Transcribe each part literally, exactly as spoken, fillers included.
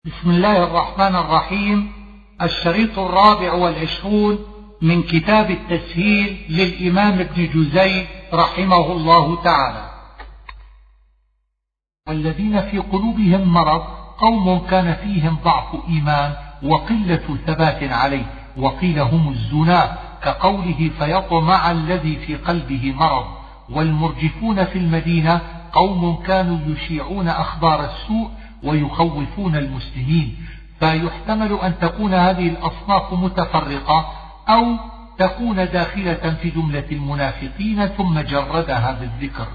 بسم الله الرحمن الرحيم. الشريط الرابع والعشرون من كتاب التسهيل للإمام ابن جزي رحمه الله تعالى. والذين في قلوبهم مرض قوم كان فيهم ضعف إيمان وقلة ثبات عليه، وقيل هم الزنا كقوله فيطمع الذي في قلبه مرض. والمرجفون في المدينة قوم كانوا يشيعون أخبار السوء ويخوفون المسلمين. فيحتمل أن تكون هذه الأصناف متفرقة أو تكون داخلة في جملة المنافقين ثم جردها بالذكر.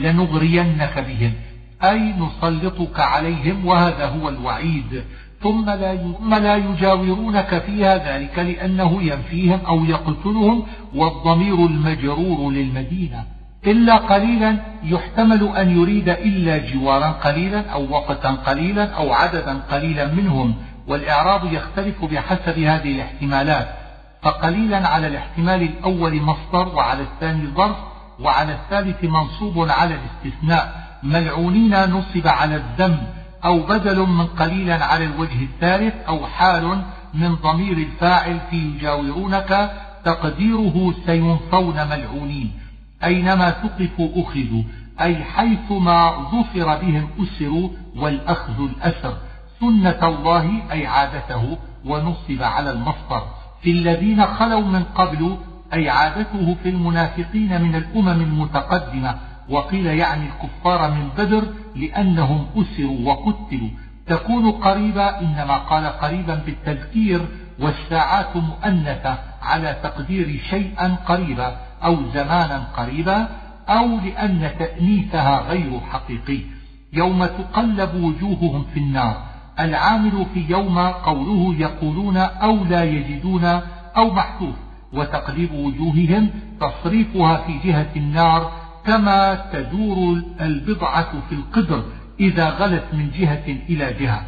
لنغرينك بهم أي نسلطك عليهم، وهذا هو الوعيد. ثم لا يجاورونك فيها، ذلك لأنه ينفيهم أو يقتلهم، والضمير المجرور للمدينة. إلا قليلا يحتمل أن يريد إلا جوارا قليلا أو وقتا قليلا أو عددا قليلا منهم، والإعراب يختلف بحسب هذه الاحتمالات. فقليلا على الاحتمال الأول مصدر، وعلى الثاني ظرف، وعلى الثالث منصوب على الاستثناء. ملعونين نصب على الذم، أو بدل من قليلا على الوجه الثالث، أو حال من ضمير الفاعل في يجاورونك تقديره سينفون ملعونين. أينما ثقفوا أخذوا، أي حيثما ظفر بهم أسروا، والأخذ الأسر. سنة الله أي عادته، ونصب على المصدر. في الذين خلوا من قبل أي عادته في المنافقين من الأمم المتقدمة، وقيل يعني الكفار من بدر لأنهم أسروا وقتلوا. تكون قريبة، إنما قال قريبا بالتذكير، والساعات مؤنثة على تقدير شيئا قريبا أو زمانا قريبا، أو لأن تأنيثها غير حقيقي. يوم تقلب وجوههم في النار، العامل في يوم قوله يقولون أو لا يجدون أو محذوف، وتقليب وجوههم تصريفها في جهة النار كما تدور البضعة في القدر إذا غلت من جهة إلى جهة،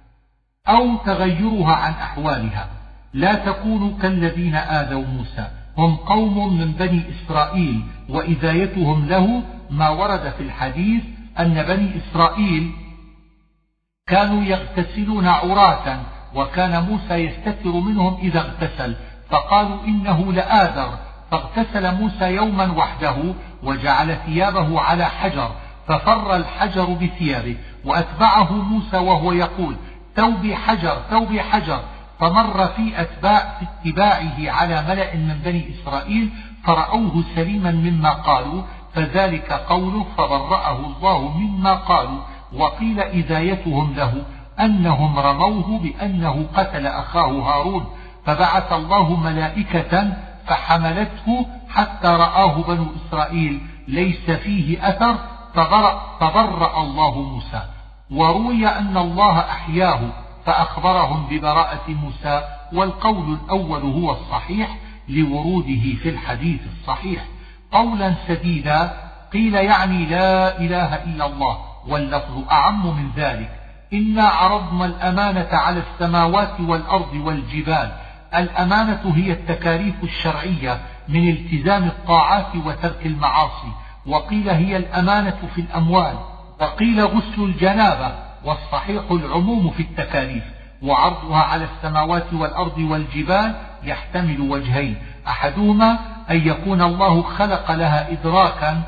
أو تغيرها عن أحوالها. لا تكونوا كالذين آذوا موسى، هم قوم من بني إسرائيل، وإذايتهم له ما ورد في الحديث أن بني إسرائيل كانوا يغتسلون عراة، وكان موسى يستتر منهم إذا اغتسل، فقالوا إنه لآذر، فاغتسل موسى يوما وحده وجعل ثيابه على حجر، ففر الحجر بثيابه، وأتبعه موسى وهو يقول ثوبي حجر ثوبي حجر، فمر في أتباع في اتباعه على ملأ من بني إسرائيل فرأوه سليما مما قالوا، فذلك قوله فبرأه الله مما قالوا. وقيل إذايتهم له أنهم رموه بأنه قتل أخاه هارون، فبعث الله ملائكة فحملته حتى رآه بنو إسرائيل ليس فيه أثر، فبرأ, فبرأ الله موسى. وروي أن الله أحياه فأخبرهم ببراءة موسى، والقول الأول هو الصحيح لوروده في الحديث الصحيح. قولا سديدا قيل يعني لا إله إلا الله، واللفظ أعم من ذلك. إنا عرضنا الأمانة على السماوات والأرض والجبال. الأمانة هي التكاليف الشرعية من التزام الطاعات وترك المعاصي، وقيل هي الأمانة في الأموال، وقيل غسل الجنابة، والصحيح العموم في التكاليف. وعرضها على السماوات والأرض والجبال يحتمل وجهين، أحدهما أن يكون الله خلق لها إدراكا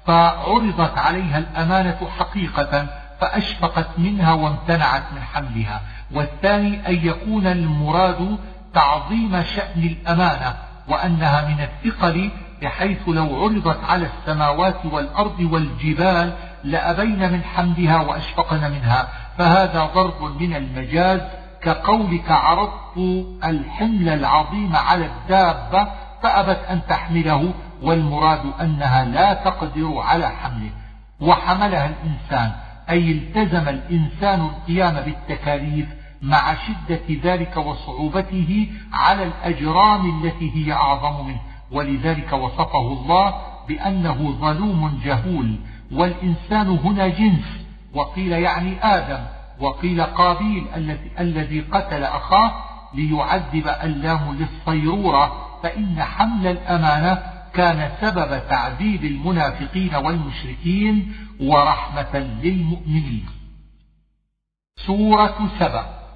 فعرضت عليها الأمانة حقيقة فأشفقت منها وامتنعت من حملها، والثاني أن يكون المراد تعظيم شأن الأمانة وأنها من الثقل، بحيث لو عرضت على السماوات والأرض والجبال لأبين من حملها وأشفقن منها، فهذا ضرب من المجاز، كقولك عرضت الحمل العظيم على الدابة فأبت أن تحمله، والمراد أنها لا تقدر على حمله. وحملها الإنسان أي التزم الإنسان القيام بالتكاليف مع شدة ذلك وصعوبته على الأجرام التي هي أعظم منه، ولذلك وصفه الله بأنه ظلوم جهول. والإنسان هنا جنس، وقيل يعني آدم، وقيل قابيل الذي قتل أخاه، ليعذب اللام للصيرورة، فإن حمل الأمانة كان سبب تعذيب المنافقين والمشركين ورحمة للمؤمنين. سورة سبأ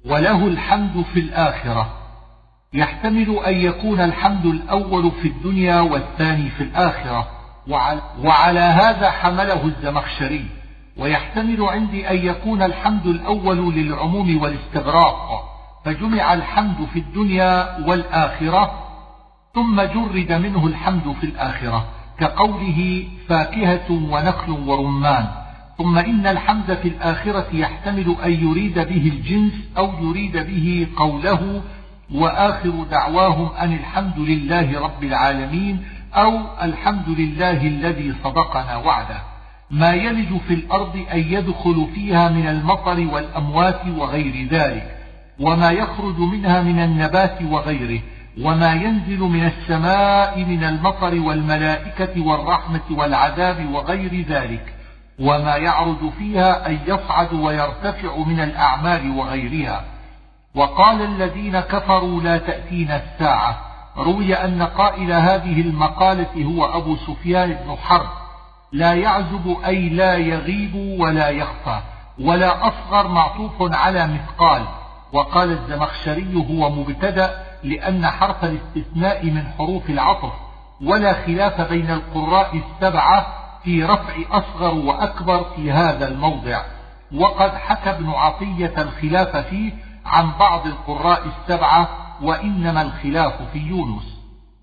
وله الحمد في الآخرة، يحتمل أن يكون الحمد الأول في الدنيا والثاني في الآخرة، وعلى هذا حمله الزمخشري. ويحتمل عندي أن يكون الحمد الأول للعموم والاستغراق، فجمع الحمد في الدنيا والآخرة ثم جرد منه الحمد في الآخرة، كقوله فاكهة ونخل ورمان. ثم إن الحمد في الآخرة يحتمل أن يريد به الجنس أو يريد به قوله وآخر دعواهم أن الحمد لله رب العالمين، أو الحمد لله الذي صدقنا وعده. ما يلج في الأرض أن يدخل فيها من المطر والأموات وغير ذلك، وما يخرج منها من النبات وغيره، وما ينزل من السماء من المطر والملائكة والرحمة والعذاب وغير ذلك، وما يعرض فيها أن يصعد ويرتفع من الأعمال وغيرها. وقال الذين كفروا لا تأتينا الساعة. روي أن قائل هذه المقالة هو أبو سفيان بن حرب، لا يعزب أي لا يغيب ولا يخفى، ولا أصغر معطوف على مثقال. وقال الزمخشري هو مبتدأ لأن حرف الاستثناء من حروف العطف، ولا خلاف بين القراء السبعة في رفع أصغر وأكبر في هذا الموضع. وقد حكى ابن عطية الخلاف فيه عن بعض القراء السبعة، وإنما الخلاف في يونس.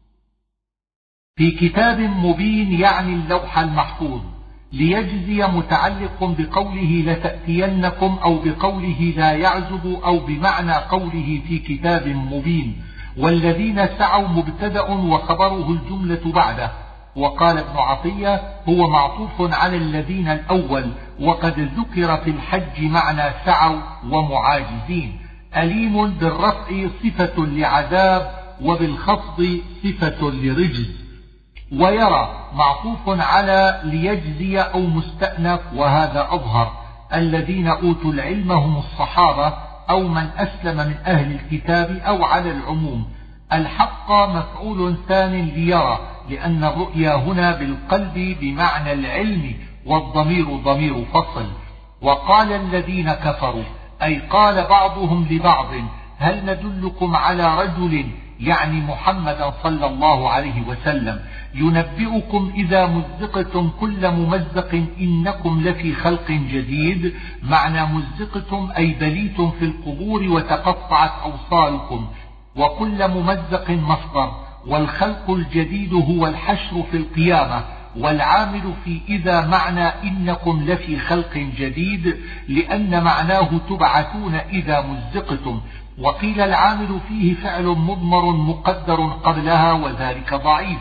في كتاب مبين يعني اللوح المحفوظ، ليجزي متعلق بقوله لتأتينكم أو بقوله لا يعزب أو بمعنى قوله في كتاب مبين. والذين سعوا مبتدأ وخبره الجملة بعده. وقال ابن عطية هو معطوف على الذين الأول، وقد ذكر في الحج معنى سعوا ومعاجزين. أليم بالرفع صفة لعذاب، وبالخفض صفة لرجز. ويرى معطوف على ليجزي أو مستأنف، وهذا أظهر. الذين أوتوا العلم هم الصحابة أو من أسلم من أهل الكتاب، أو على العموم. الحق مفعول ثان ليرى، لأن الرؤيا هنا بالقلب بمعنى العلم، والضمير ضمير فصل. وقال الذين كفروا أي قال بعضهم لبعض هل ندلكم على رجل، يعني محمدا صلى الله عليه وسلم، ينبئكم إذا مزقتم كل ممزق إنكم لفي خلق جديد. معنى مزقتم أي بليتم في القبور وتقطعت أوصالكم، وكل ممزق مصدر، والخلق الجديد هو الحشر في القيامة. والعامل في إذا معنى إنكم لفي خلق جديد، لأن معناه تبعثون إذا مزقتم. وقيل العامل فيه فعل مضمر مقدر قبلها، وذلك ضعيف.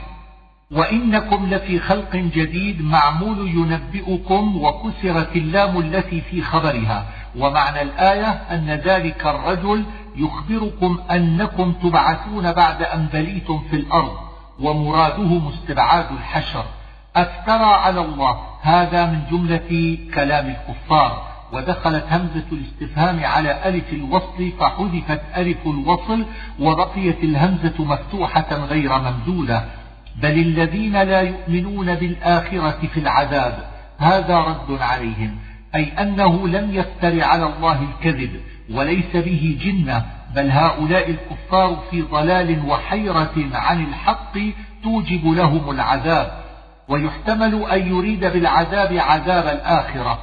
وإنكم لفي خلق جديد معمول ينبئكم، وكسرت اللام التي في خبرها. ومعنى الآية أن ذلك الرجل يخبركم أنكم تبعثون بعد أن بليتم في الأرض، ومراده مستبعاد الحشر. أفترى على الله، هذا من جملة كلام الكفار. ودخلت همزة الاستفهام على ألف الوصل، فحذفت ألف الوصل، وبقيت الهمزة مفتوحة غير ممدودة. بل الذين لا يؤمنون بالآخرة في العذاب، هذا رد عليهم، أي أنه لم يفتر على الله الكذب، وليس به جنة، بل هؤلاء الكفار في ضلال وحيرة عن الحق توجب لهم العذاب. ويحتمل أن يريد بالعذاب عذاب الآخرة،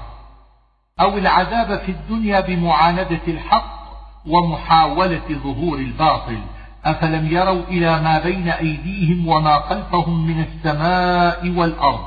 أو العذاب في الدنيا بمعاندة الحق ومحاولة ظهور الباطل. أفلم يروا إلى ما بين أيديهم وما خلفهم من السماء والأرض.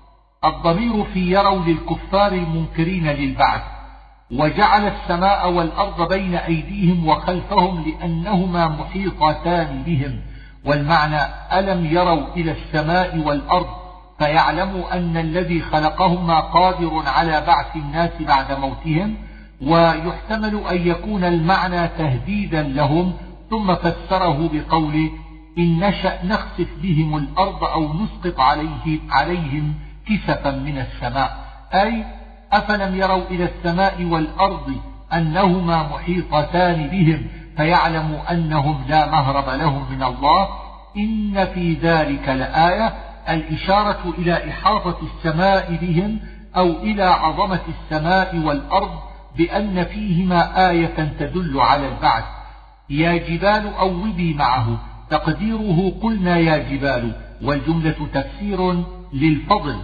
الضمير في يروا للكفار المنكرين للبعث، وجعل السماء والأرض بين أيديهم وخلفهم لأنهما محيطتان بهم. والمعنى ألم يروا إلى السماء والأرض فيعلموا أن الذي خلقهما قادر على بعث الناس بعد موتهم. ويحتمل أن يكون المعنى تهديدا لهم، ثم فسره بقوله إن نشأ نخسف بهم الأرض أو نسقط عليه عليهم كسفا من السماء، أي أفلم يروا إلى السماء والأرض أنهما محيطتان بهم فيعلموا أنهم لا مهرب لهم من الله. إن في ذلك لآية، الإشارة إلى إحاطة السماء بهم، أو إلى عظمة السماء والأرض بأن فيهما آية تدل على البعث. يا جبال أوبي معه، تقديره قلنا يا جبال، والجملة تفسير للفضل،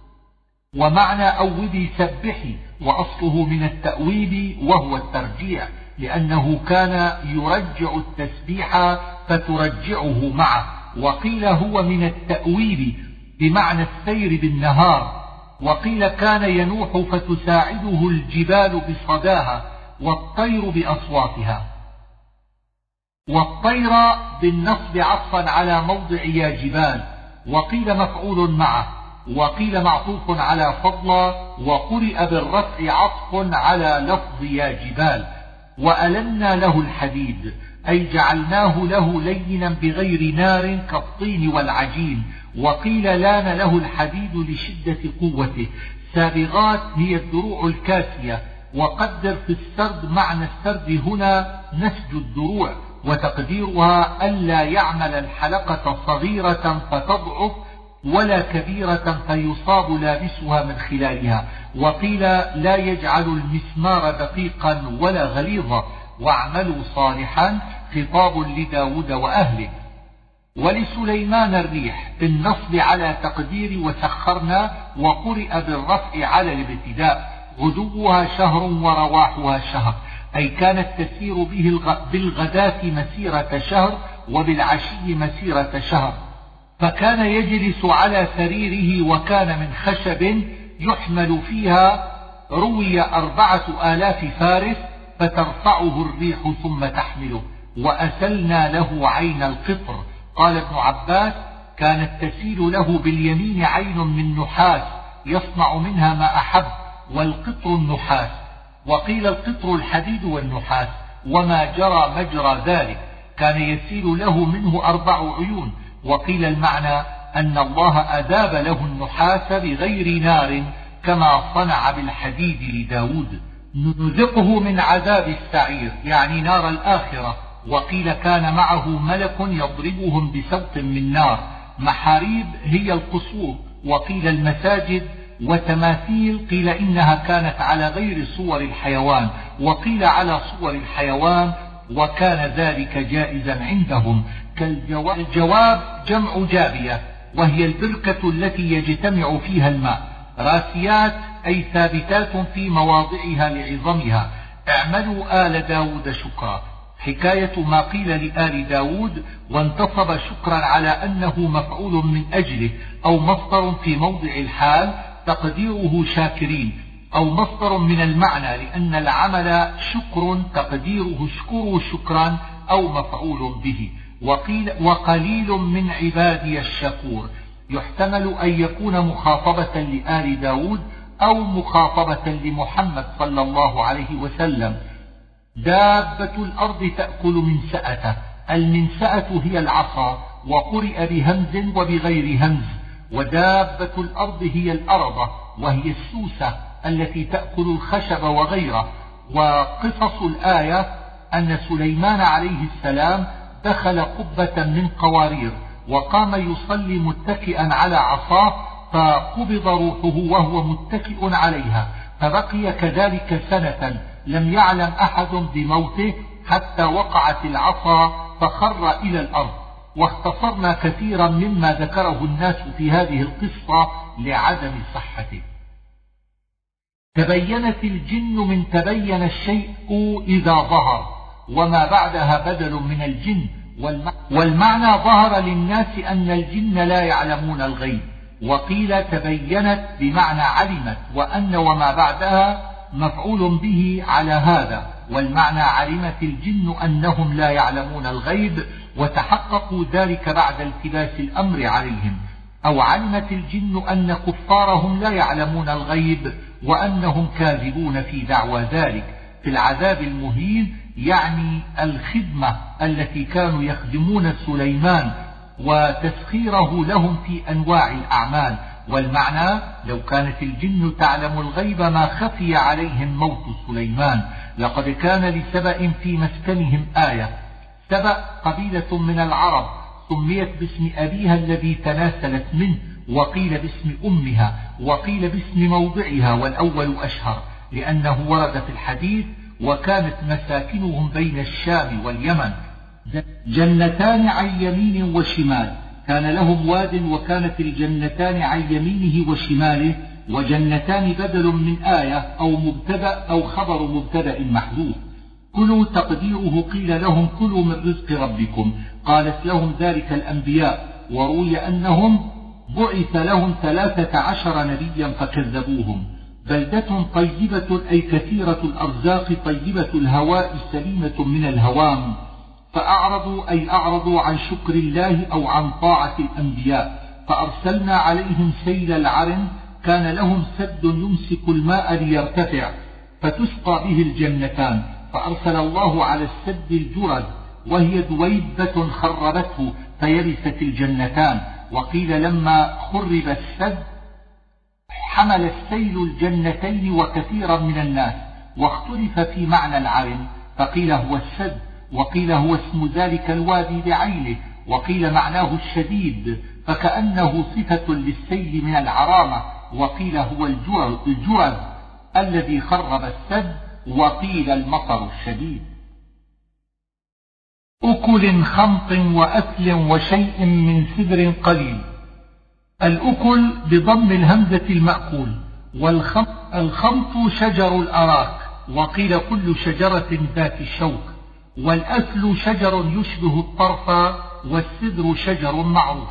ومعنى أوبي سبحي، وأصله من التأويب وهو الترجيع، لأنه كان يرجع التسبيح فترجعه معه. وقيل هو من التأويب بمعنى السير بالنهار، وقيل كان ينوح فتساعده الجبال بصداها والطير بأصواتها. والطير بالنصب عطفا على موضع يا جبال، وقيل مفعول معه، وقيل معطوف على فضل، وقرئ بالرفع عطف على لفظ يا جبال. وألنا له الحديد، أي جعلناه له لينا بغير نار كالطين والعجين. وقيل لان له الحديد لشدة قوته. سابغات هي الدروع الكاسية، وقدر في السرد معنى السرد هنا نسج الدروع، وتقديرها ألا يعمل الحلقة صغيرة فتضعف ولا كبيرة فيصاب لابسها من خلالها. وقيل لا يجعل المسمار دقيقا ولا غليظا. واعملوا صالحا خطاب لداود وأهله. ولسليمان الريح بالنصب على تقدير وسخرنا، وقرئ بالرفع على الابتداء، غدوها شهر ورواحها شهر، أي كانت تسير به بالغداة مسيرة شهر وبالعشي مسيرة شهر. فكان يجلس على سريره، وكان من خشب يحمل فيها روي أربعة آلاف فارس، فترفعه الريح ثم تحمله. وأسلنا له عين القطر. قال ابن عباس كانت تسيل له باليمين عين من نحاس يصنع منها ما أحب، والقطر النحاس. وقيل القطر الحديد والنحاس، وما جرى مجرى ذلك. كان يسيل له منه أربع عيون. وقيل المعنى أن الله أذاب له النحاس بغير نار كما صنع بالحديد لداود. نذقه من عذاب السعير، يعني نار الآخرة. وقيل كان معه ملك يضربهم بسوط من نار. محاريب هي القصور، وقيل المساجد. وتماثيل قيل إنها كانت على غير صور الحيوان، وقيل على صور الحيوان، وكان ذلك جائزا عندهم. كالجواب جمع جابية، وهي البركة التي يجتمع فيها الماء. راسيات أي ثابتات في مواضعها لعظمها. اعملوا آل داود شكرا، حكاية ما قيل لآل داود، وانتصب شكرا على أنه مفعول من أجله، أو مصدر في موضع الحال تقديره شاكرين، أو مصدر من المعنى، لأن العمل شكر تقديره اشكروا شكرا، أو مفعول به. وقيل وقليل من عبادي الشكور، يحتمل أن يكون مخاطبة لآل داود أو مخاطبة لمحمد صلى الله عليه وسلم. دابة الأرض تأكل منسأته، المنسأة هي العصا، وقرئ بهمز وبغير همز. ودابة الأرض هي الأرض، وهي السوسة التي تأكل الخشب وغيره. وقصص الآية أن سليمان عليه السلام دخل قبة من قوارير، وقام يصلي متكئا على عصاه، فقبض روحه وهو متكئ عليها، فبقي كذلك سنة لم يعلم أحد بموته، حتى وقعت العصا فخر إلى الأرض. واختصرنا كثيرا مما ذكره الناس في هذه القصة لعدم صحته. تبينت الجن من تبين الشيء إذا ظهر، وما بعدها بدل من الجن. والمعنى ظهر للناس أن الجن لا يعلمون الغيب. وقيل تبينت بمعنى علمت، وأن وما بعدها مفعول به على هذا. والمعنى علمت الجن أنهم لا يعلمون الغيب، وتحققوا ذلك بعد التباس الأمر عليهم. أو علمت الجن أن كفارهم لا يعلمون الغيب، وأنهم كاذبون في دعوى ذلك. في العذاب المهين يعني الخدمة التي كانوا يخدمون سليمان وتسخيره لهم في أنواع الأعمال. والمعنى لو كانت الجن تعلم الغيب ما خفي عليهم موت سليمان. لقد كان لسبأ في مسكنهم آية. سبأ قبيلة من العرب، سميت باسم أبيها الذي تناسلت منه، وقيل باسم أمها، وقيل باسم موضعها، والأول أشهر، لأنه ورد في الحديث: وكانت مساكنهم بين الشام واليمن، جنتان عن يمين وشمال، كان لهم واد وكانت الجنتان عن يمينه وشماله، وجنتان بدل من آية أو مبتدأ أو خبر مبتدأ محذوف. كلوا تقديره قيل لهم كلوا من رزق ربكم، قالت لهم ذلك الأنبياء، وروي أنهم بعث لهم ثلاثة عشر نبيا فكذبوهم. بلدة طيبة أي كثيرة الأرزاق طيبة الهواء سليمة من الهوام، فأعرضوا أي أعرضوا عن شكر الله أو عن طاعة الأنبياء، فأرسلنا عليهم سيل العرم، كان لهم سد يمسك الماء ليرتفع فتسقى به الجنتان، فأرسل الله على السد الجرد وهي دويبة خربته فيرثت الجنتان. وقيل لما خرب السد حمل السيل الجنتين وكثيرا من الناس، واختلف في معنى العرم، فقيل هو السد، وقيل هو اسم ذلك الوادي بعينه، وقيل معناه الشديد فكأنه صفة للسيل من العرامة، وقيل هو الجرد الذي خرب السد، وقيل المطر الشديد. أكل خمط وأكل وشيء من سدر قليل. الأكل بضم الهمزة المأكول، والخمط شجر الأراك، وقيل كل شجرة ذات الشوك، والأكل شجر يشبه الطرف، والسدر شجر معروف.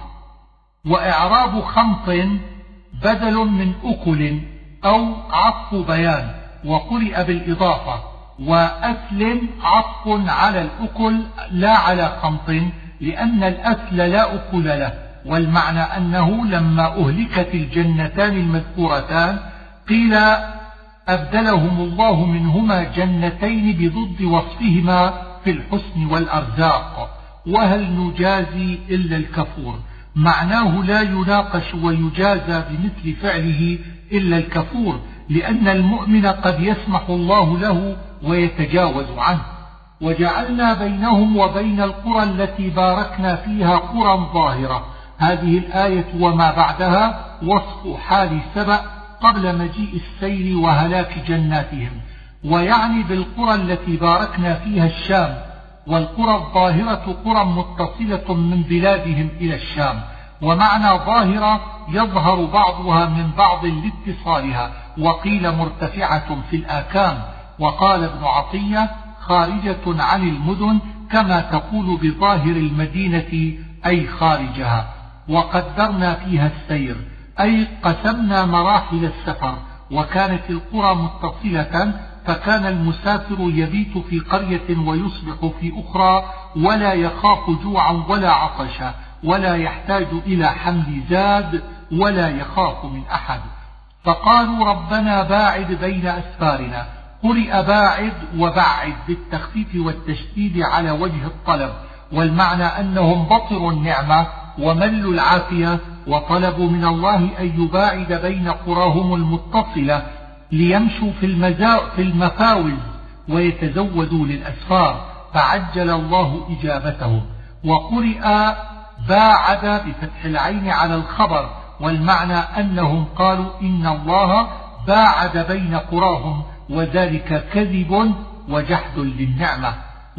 وإعراب خمط بدل من أكل أو عطف بيان، وقرئ بالإضافة، وأكل عطف على الأكل لا على خمط، لأن الأكل لا أكل له، والمعنى أنه لما أهلكت الجنتان المذكورتان قيل أبدلهم الله منهما جنتين بضد وصفهما في الحسن والأرزاق، وهل نجازي إلا الكفور، معناه لا يناقش ويجازى بمثل فعله إلا الكفور، لأن المؤمن قد يسمح الله له ويتجاوز عنه. وجعلنا بينهم وبين القرى التي باركنا فيها قرى ظاهرة. هذه الآية وما بعدها وصف حال سبأ قبل مجيء السيل وهلاك جناتهم، ويعني بالقرى التي باركنا فيها الشام، والقرى الظاهرة قرى متصلة من بلادهم إلى الشام، ومعنى ظاهرة يظهر بعضها من بعض لاتصالها، وقيل مرتفعة في الآكام، وقال ابن عطية خارجة عن المدن كما تقول بظاهر المدينة أي خارجها. وقدرنا فيها السير أي قسمنا مراحل السفر، وكانت القرى متصلة، فكان المسافر يبيت في قرية ويصبح في أخرى، ولا يخاف جوعا ولا عطشا، ولا يحتاج إلى حمل زاد، ولا يخاف من أحد. فقالوا ربنا باعد بين أسفارنا، قرئ باعد وبعد بالتخفيف والتشديد على وجه الطلب، والمعنى أنهم بطروا النعمة وملوا العافية، وطلبوا من الله أن يباعد بين قراهم المتصلة ليمشوا في, في المفاوز ويتزودوا للأسفار، فعجل الله إجابتهم. وقرئ باعد بفتح العين على الخبر، والمعنى أنهم قالوا إن الله باعد بين قراهم، وذلك كذب وجحد للنعمة.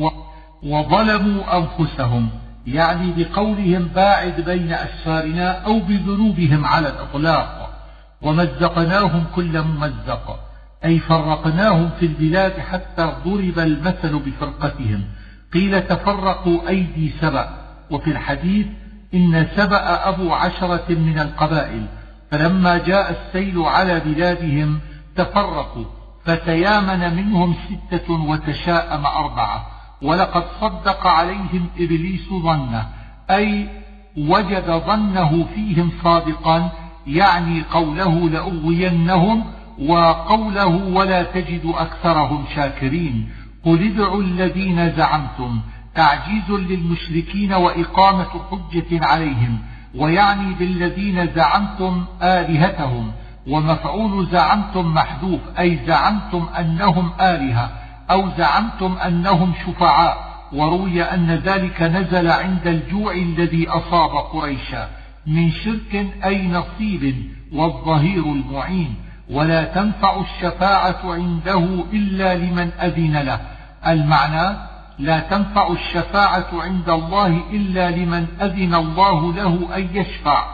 وظلموا أنفسهم، يعني بقولهم باعد بين أسفارنا أو بذنوبهم على الإطلاق. ومزقناهم كل ممزق، أي فرقناهم في البلاد حتى ضرب المثل بفرقتهم. قيل تفرقوا أيدي سبأ، وفي الحديث إن سبأ أبو عشرة من القبائل، فلما جاء السيل على بلادهم تفرقوا، فتيامن منهم ستة وتشاءم أربعة. ولقد صدق عليهم إبليس ظنه، أي وجد ظنه فيهم صادقا، يعني قوله لأغوينهم، وقوله ولا تجد أكثرهم شاكرين. قل ادعوا الذين زعمتم، تعجيز للمشركين وإقامة حجة عليهم، ويعني بالذين زعمتم آلهتهم، ومفعول زعمتم محذوف، أي زعمتم أنهم آلهة أو زعمتم أنهم شفعاء. وروي أن ذلك نزل عند الجوع الذي أصاب قريشا من شرك أي نصيب، والظهير المعين. ولا تنفع الشفاعة عنده إلا لمن أذن له. المعنى: لا تنفع الشفاعة عند الله إلا لمن أذن الله له أن يشفع،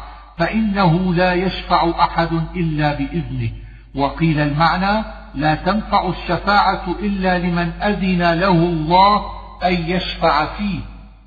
فإنه لا يشفع أحد إلا بإذنه. وقيل المعنى: لا تنفع الشفاعة إلا لمن أذن له الله أن يشفع فيه.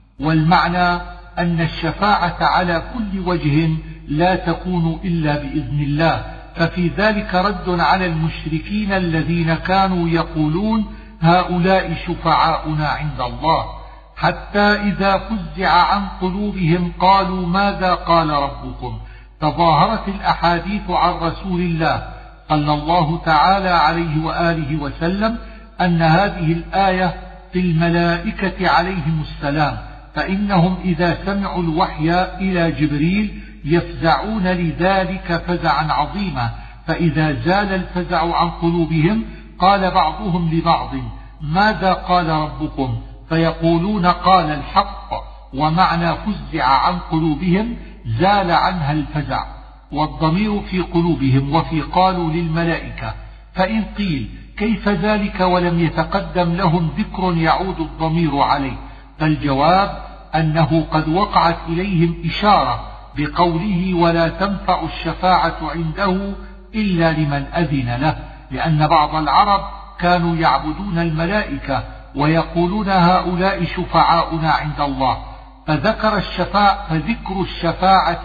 والمعنى أن الشفاعة على كل وجه لا تكون إلا بإذن الله. ففي ذلك رد على المشركين الذين كانوا يقولون هؤلاء شفعاؤنا عند الله، حتى إذا فزع عن قلوبهم قالوا ماذا قال ربكم. تظاهرت الأحاديث عن رسول الله صلى الله تعالى عليه وآله وسلم أن هذه الآية في الملائكة عليهم السلام، فإنهم إذا سمعوا الوحي إلى جبريل يفزعون لذلك فزعا عظيما، فإذا زال الفزع عن قلوبهم قال بعضهم لبعض ماذا قال ربكم، فيقولون قال الحق، ومعنى فزع عن قلوبهم زال عنها الفزع. والضمير في قلوبهم وفي قالوا للملائكة. فإن قيل كيف ذلك ولم يتقدم لهم ذكر يعود الضمير عليه، فالجواب أنه قد وقعت إليهم إشارة بقوله ولا تنفع الشفاعة عنده إلا لمن أذن له، لأن بعض العرب كانوا يعبدون الملائكة ويقولون هؤلاء شفعاؤنا عند الله، فذكر الشفاعة فذكر الشفاعة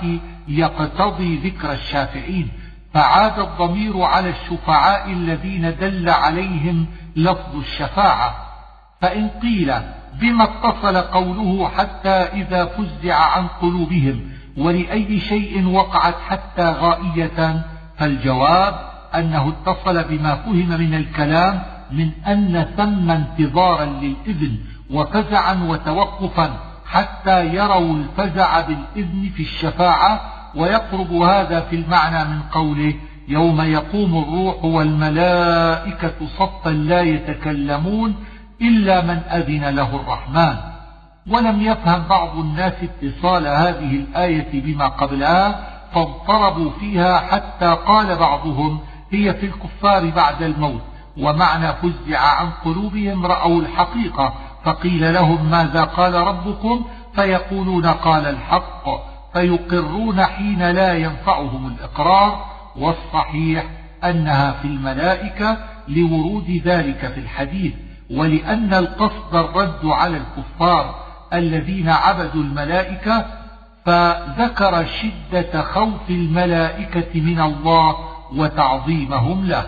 يقتضي ذكر الشافعين، فعاد الضمير على الشفعاء الذين دل عليهم لفظ الشفاعة. فإن قيل بما اتصل قوله حتى إذا فزع عن قلوبهم ولأي شيء وقعت حتى غائية، فالجواب أنه اتصل بما فهم من الكلام من أن ثم انتظارا للإذن وفزعا وتوقفا حتى يروا الفزع بالإذن في الشفاعة، ويقرب هذا في المعنى من قوله يوم يقوم الروح والملائكة صفا لا يتكلمون إلا من أذن له الرحمن. ولم يفهم بعض الناس اتصال هذه الآية بما قبلها فاضطربوا فيها حتى قال بعضهم هي في الكفار بعد الموت، ومعنى فزع عن قلوبهم رأوا الحقيقة فقيل لهم ماذا قال ربكم، فيقولون قال الحق، فيقرون حين لا ينفعهم الإقرار. والصحيح أنها في الملائكة لورود ذلك في الحديث، ولأن القصد الرد على الكفار الذين عبدوا الملائكة، فذكر شدة خوف الملائكة من الله وتعظيمهم له.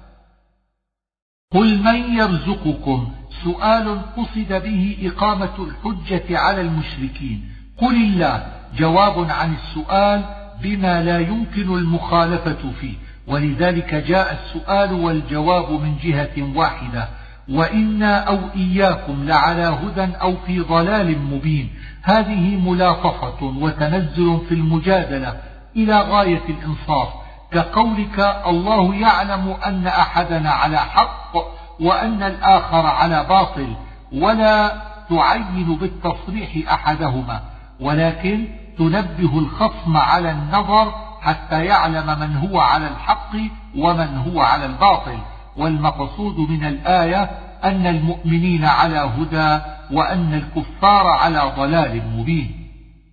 قل من يرزقكم، سؤال قصد به إقامة الحجة على المشركين. قل الله جواب عن السؤال بما لا يمكن المخالفة فيه، ولذلك جاء السؤال والجواب من جهة واحدة، وإنا أو إياكم لعلى هدى أو في ضلال مبين. هذه ملاطفة وتنزل في المجادلة إلى غاية الإنصاف، كقولك الله يعلم أن أحدنا على حق وأن الآخر على باطل، ولا تعين بالتصريح أحدهما، ولكن تنبه الخصم على النظر حتى يعلم من هو على الحق ومن هو على الباطل. والمقصود من الآية أن المؤمنين على هدى وأن الكفار على ضلال مبين.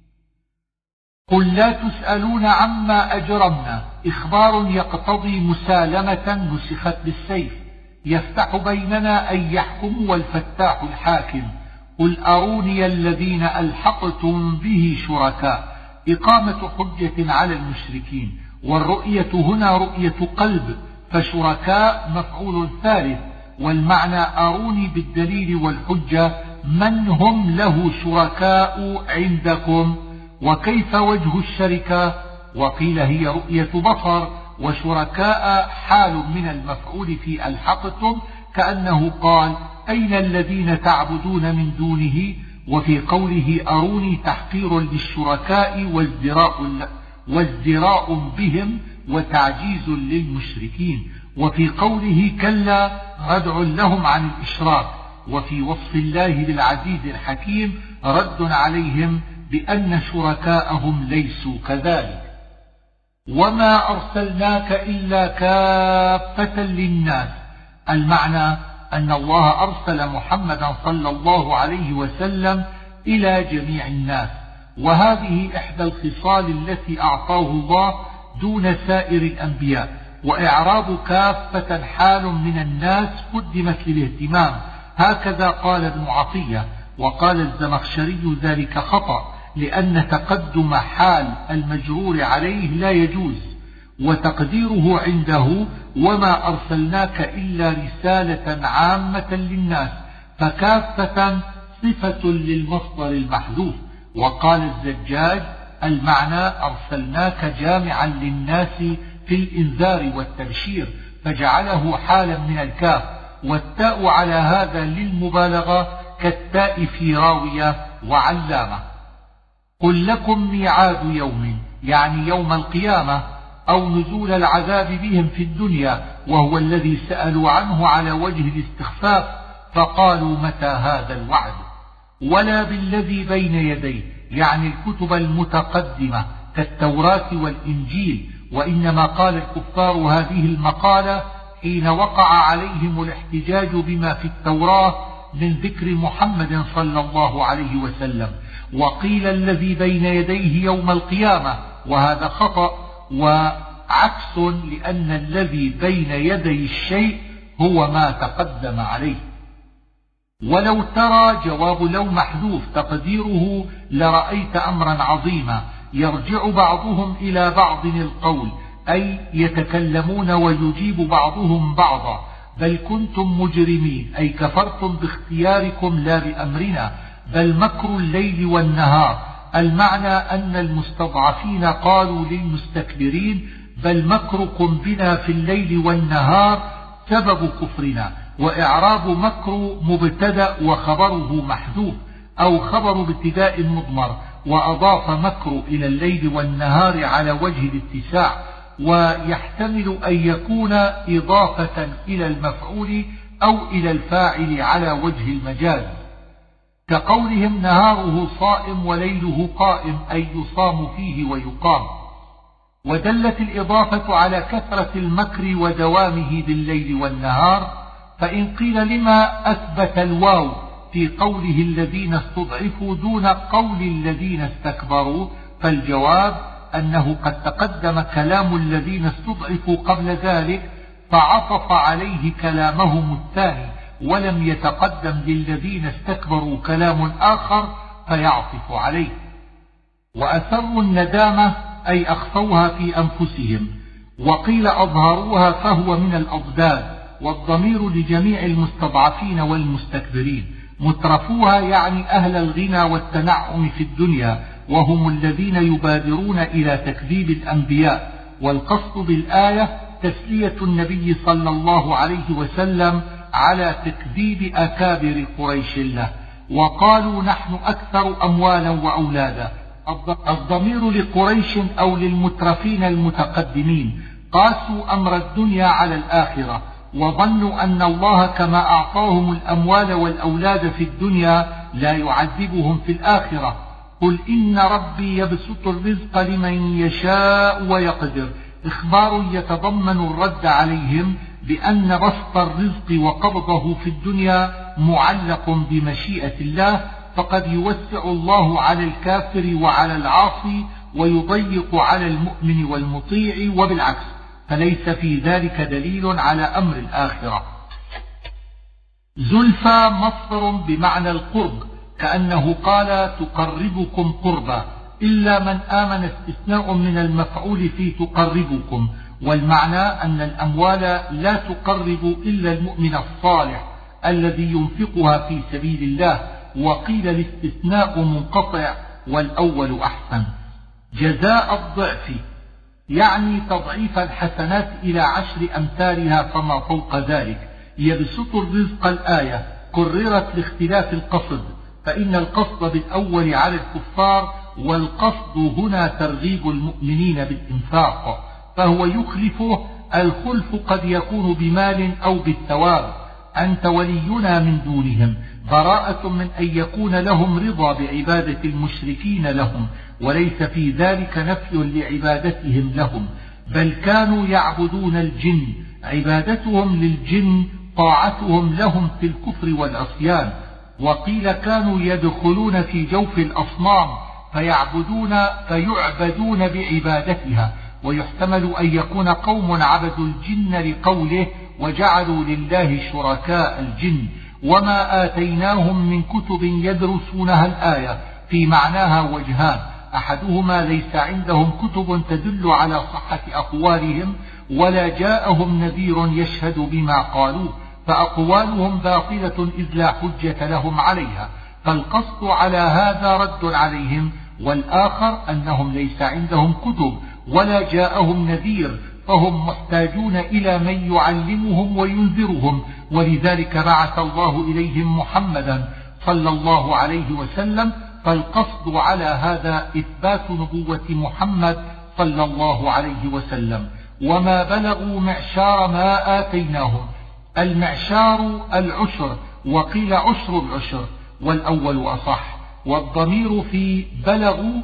قل لا تسألون عما أجرمنا، إخبار يقتضي مسالمة نسخت بالسيف، يفتح بيننا أن يحكم والفتاح الحاكم. قل أروني الذين ألحقتم به شركاء، إقامة حجة على المشركين، والرؤية هنا رؤية قلب، فشركاء مفعول ثالث، والمعنى أروني بالدليل والحجة من هم له شركاء عندكم، وكيف وجه الشركة. وقيل هي رؤية بصر، وشركاء حال من المفعول في ألحقتم، كأنه قال أين الذين تعبدون من دونه. وفي قوله أروني تحقير للشركاء وازدراء, وازدراء بهم وتعجيز للمشركين. وفي قوله كلا ردع لهم عن الإشراك. وفي وصف الله للعزيز الحكيم رد عليهم بأن شركاءهم ليسوا كذلك. وما أرسلناك إلا كافة للناس. المعنى أن الله أرسل محمدا صلى الله عليه وسلم إلى جميع الناس، وهذه إحدى الخصال التي أعطاه الله دون سائر الأنبياء. وإعراب كافة حال من الناس قدمت للاهتمام، هكذا قال ابن عطية. وقال الزمخشري ذلك خطأ، لأن تقدم حال المجرور عليه لا يجوز، وتقديره عنده وما أرسلناك إلا رسالة عامة للناس، فكافة صفة للمصدر المحذوف. وقال الزجاج المعنى أرسلناك جامعا للناس في الإنذار والتبشير، فجعله حالا من الكاف، والتاء على هذا للمبالغة كالتاء في راوية وعلامة. قل لكم ميعاد يوم، يعني يوم القيامة، أو نزول العذاب بهم في الدنيا، وهو الذي سألوا عنه على وجه الاستخفاف، فقالوا متى هذا الوعد. ولا بالذي بين يديه، يعني الكتب المتقدمة كالتوراة والإنجيل. وإنما قال الكفار هذه المقالة حين وقع عليهم الاحتجاج بما في التوراة من ذكر محمد صلى الله عليه وسلم. وقيل الذي بين يديه يوم القيامة، وهذا خطأ وعكس، لأن الذي بين يدي الشيء هو ما تقدم عليه. ولو ترى جواب لو محذوف تقديره لرأيت أمرا عظيما، يرجع بعضهم إلى بعض القول، أي يتكلمون ويجيب بعضهم بعضا. بل كنتم مجرمين، أي كفرتم باختياركم لا بأمرنا، بل مكر الليل والنهار. المعنى أن المستضعفين قالوا للمستكبرين بل مكركم بنا في الليل والنهار سبب كفرنا. وإعراب مكر مبتدأ وخبره محذوف، أو خبر ابتداء مضمر، وأضاف مكر إلى الليل والنهار على وجه الاتساع، ويحتمل أن يكون إضافة إلى المفعول أو إلى الفاعل على وجه المجاز، كقولهم نهاره صائم وليله قائم، أي يصام فيه ويقام. ودلت الإضافة على كثرة المكر ودوامه بالليل والنهار. فإن قيل لما أثبت الواو في قوله الذين استضعفوا دون قول الذين استكبروا، فالجواب أنه قد تقدم كلام الذين استضعفوا قبل ذلك، فعطف عليه كلامهم الثاني، ولم يتقدم للذين استكبروا كلام آخر فيعطف عليه. وأسروا الندامة، أي أخفوها في أنفسهم، وقيل أظهروها فهو من الأضداد، والضمير لجميع المستضعفين والمستكبرين. مترفوها يعني أهل الغنى والتنعم في الدنيا، وهم الذين يبادرون إلى تكذيب الأنبياء. والقصد بالآية تسلية النبي صلى الله عليه وسلم على تكذيب أكابر قريش له. وقالوا نحن أكثر أموالا وأولادا. الضمير لقريش أو للمترفين المتقدمين، قاسوا أمر الدنيا على الآخرة، وظنوا أن الله كما أعطاهم الأموال والأولاد في الدنيا لا يعذبهم في الآخرة. قل إن ربي يبسط الرزق لمن يشاء ويقدر، إخبار يتضمن الرد عليهم بأن بسط الرزق وقبضه في الدنيا معلق بمشيئة الله، فقد يوسع الله على الكافر وعلى العاصي ويضيق على المؤمن والمطيع، وبالعكس، فليس في ذلك دليل على أمر الآخرة. زلفى مصدر بمعنى القرب، كأنه قال تقربكم قربا، إلا من آمن استثناء من المفعول في تقربكم. والمعنى أن الأموال لا تقرب إلا المؤمن الصالح الذي ينفقها في سبيل الله. وقيل الاستثناء منقطع والأول أحسن. جزاء الضعف يعني تضعيف الحسنات إلى عشر أمثالها فما فوق ذلك. يبسط الرزق الآية قررت لاختلاف القصد، فإن القصد بالأول على الكفار، والقصد هنا ترغيب المؤمنين بالإنفاق، فهو يخلفه. الخلف قد يكون بمال أو بالثواب، أنت ولينا من دونهم، براءة من أن يكون لهم رضا بعبادة المشركين لهم، وليس في ذلك نفي لعبادتهم لهم، بل كانوا يعبدون الجن، عبادتهم للجن طاعتهم لهم في الكفر والعصيان. وقيل كانوا يدخلون في جوف الأصنام فيعبدون فيعبدون بعبادتها، ويحتمل أن يكون قوم عبدوا الجن لقوله وجعلوا لله شركاء الجن، وما آتيناهم من كتب يدرسونها الآية في معناها وجهان، أحدهما ليس عندهم كتب تدل على صحة أقوالهم ولا جاءهم نذير يشهد بما قالوا، فأقوالهم باطلة إذ لا حجة لهم عليها، فالقصد على هذا رد عليهم. والآخر أنهم ليس عندهم كتب ولا جاءهم نذير، فهم محتاجون إلى من يعلمهم وينذرهم، ولذلك بعث الله إليهم محمدا صلى الله عليه وسلم. فالقصد على هذا إثبات نبوة محمد صلى الله عليه وسلم. وما بلغوا معشار ما آتيناهم، المعشار العشر، وقيل عشر العشر، والأول أصح. والضمير في بلغوا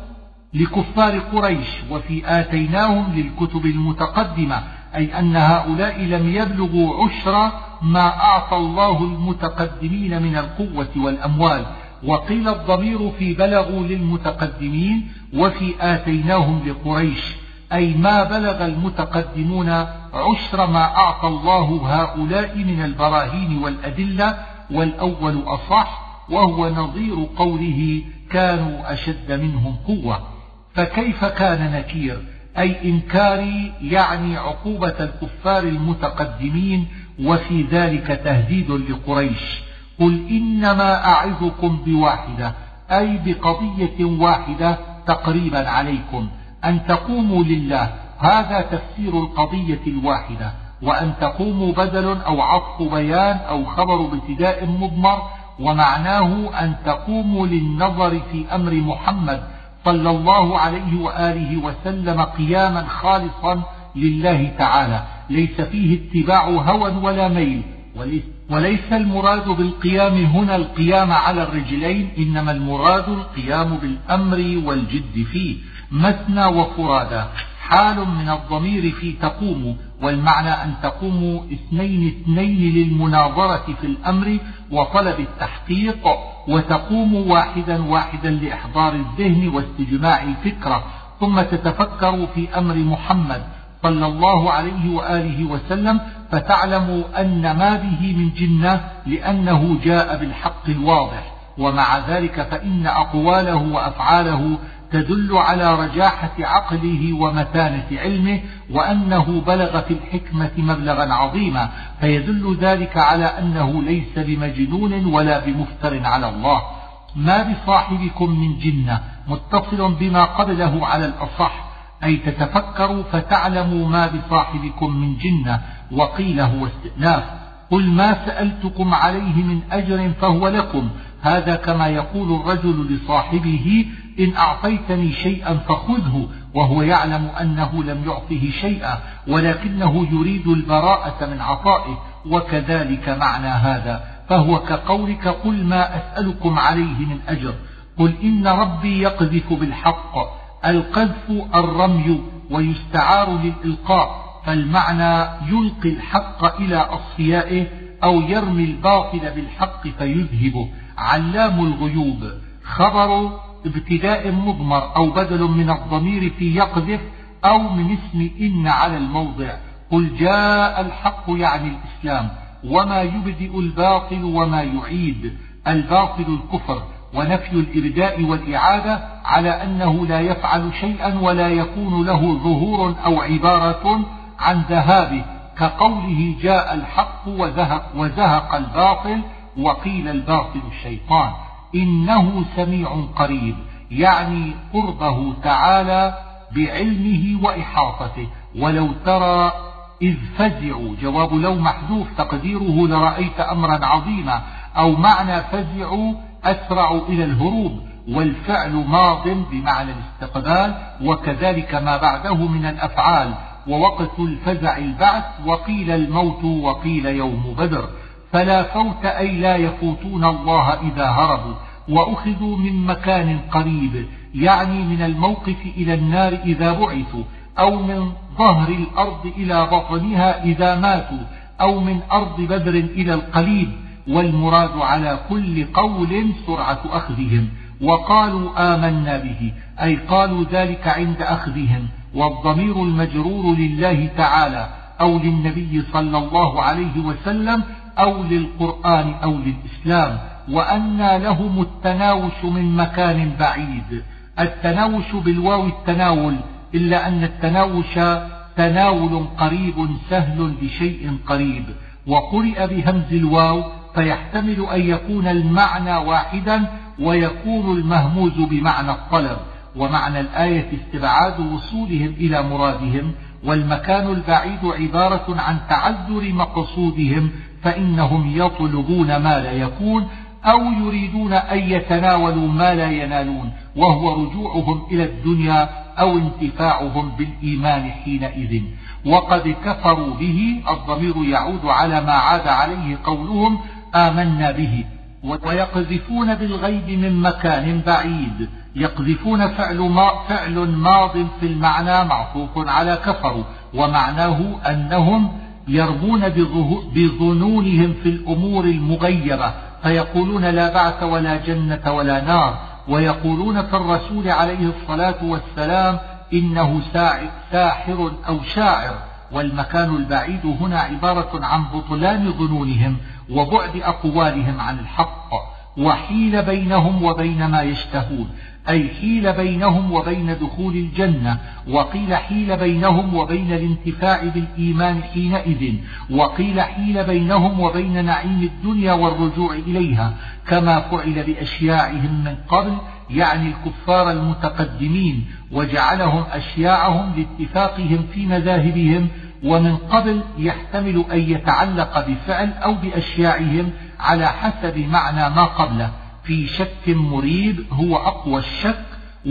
لكفار قريش، وفي آتيناهم للكتب المتقدمة، أي أن هؤلاء لم يبلغوا عشر ما أعطى الله المتقدمين من القوة والأموال. وقيل الضمير في بلغوا للمتقدمين، وفي آتيناهم لقريش، أي ما بلغ المتقدمون عشر ما أعطى الله هؤلاء من البراهين والأدلة، والأول أصح، وهو نظير قوله كانوا أشد منهم قوة. فكيف كان نكير؟ أي إنكاري، يعني عقوبة الكفار المتقدمين، وفي ذلك تهديد لقريش. قل إنما أعظكم بواحدة، أي بقضية واحدة تقريبا عليكم، أن تقوموا لله، هذا تفسير القضية الواحدة. وأن تقوموا بدل أو عطف بيان أو خبر بابتداء مضمر، ومعناه أن تقوموا للنظر في أمر محمد صلى الله عليه وآله وسلم قياما خالصا لله تعالى، ليس فيه اتباع هوى ولا ميل. وليس المراد بالقيام هنا القيام على الرجلين، إنما المراد القيام بالأمر والجد فيه، مثنى وفرادا، حال من الضمير في تقوموا، والمعنى أن تقوموا اثنين اثنين للمناظرة في الأمر وطلب التحقيق، وتقوموا واحدا واحدا لإحضار الذهن واستجماع الفكرة، ثم تتفكروا في أمر محمد صلى الله عليه وآله وسلم، فتعلموا أن ما به من جنة، لأنه جاء بالحق الواضح. ومع ذلك فإن أقواله وأفعاله تدل على رجاحة عقله ومتانة علمه، وأنه بلغ في الحكمة مبلغا عظيما، فيدل ذلك على أنه ليس بمجنون ولا بمفتر على الله. ما بصاحبكم من جنة متصل بما قبله على الأصح، أي تتفكروا فتعلموا ما بصاحبكم من جنة. وقيل هو استئناف. قل ما سألتكم عليه من أجر فهو لكم، هذا كما يقول الرجل لصاحبه إن أعطيتني شيئا فخذه، وهو يعلم أنه لم يعطه شيئا، ولكنه يريد البراءة من عطائه. وكذلك معنى هذا، فهو كقولك قل ما أسألكم عليه من أجر. قل إن ربي يقذف بالحق، القذف الرمي، ويستعار للإلقاء، فالمعنى يلقي الحق إلى أصفيائه، أو يرمي الباطل بالحق فيذهبه. علام الغيوب خبر ابتداء مضمر أو بدل من الضمير في يقذف، أو من اسم إن على الموضع. قل جاء الحق يعني الإسلام، وما يبدئ الباطل وما يعيد، الباطل الكفر، ونفي الإبداء والإعادة على أنه لا يفعل شيئا ولا يكون له ظهور أو عبارة عن ذهابه، كقوله جاء الحق وزهق, وزهق الباطل، وقيل الباطل الشيطان. إنه سميع قريب، يعني قربه تعالى بعلمه وإحاطته. ولو ترى إذ فزعوا، جواب لو محذوف تقديره لرأيت أمرا عظيما، أو معنى فزعوا أسرعوا إلى الهروب، والفعل ماض بمعنى الاستقبال، وكذلك ما بعده من الأفعال. ووقت الفزع البعث، وقيل الموت، وقيل يوم بدر. فلا فوت أي لا يفوتون الله إذا هربوا. وأخذوا من مكان قريب يعني من الموقف إلى النار إذا بعثوا، أو من ظهر الأرض إلى بطنها إذا ماتوا، أو من أرض بدر إلى القليب، والمراد على كل قول سرعة أخذهم. وقالوا آمنا به أي قالوا ذلك عند أخذهم، والضمير المجرور لله تعالى أو للنبي صلى الله عليه وسلم أو للقرآن أو للإسلام. وأنى لهم التناوش من مكان بعيد. التناوش بالواو التناول، إلا أن التناوش تناول قريب سهل لشيء قريب، وقرئ بهمز الواو فيحتمل أن يكون المعنى واحدا ويكون المهموز بمعنى الطلب. ومعنى الآية استبعاد وصولهم إلى مرادهم، والمكان البعيد عبارة عن تعذر مقصودهم، فإنهم يطلبون ما لا يكون أو يريدون أن يتناولوا ما لا ينالون، وهو رجوعهم إلى الدنيا أو انتفاعهم بالإيمان حينئذ. وقد كفروا به، الضمير يعود على ما عاد عليه قولهم آمنا به. ويقذفون بالغيب من مكان بعيد. يقذفون فعل, ما فعل ماض في المعنى معطوف على كفروا، ومعناه أنهم يرمون بظنونهم في الأمور المغيبة، فيقولون لا بعث ولا جنة ولا نار. ويقولون في الرسول عليه الصلاة والسلام إنه ساحر أو شاعر. والمكان البعيد هنا عبارة عن بطلان ظنونهم وبعد أقوالهم عن الحق. وحيل بينهم وبين ما يشتهون، أي حيل بينهم وبين دخول الجنة. وقيل حيل بينهم وبين الانتفاع بالإيمان حينئذ. وقيل حيل بينهم وبين نعيم الدنيا والرجوع إليها، كما فعل بأشياعهم من قبل، يعني الكفار المتقدمين، وجعلهم أشياعهم لاتفاقهم في مذاهبهم. ومن قبل يحتمل أن يتعلق بفعل أو بأشياعهم على حسب معنى ما قبله، في شك مريب هو أقوى الشك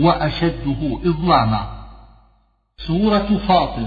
وأشده إظلاما. سورة فاطر.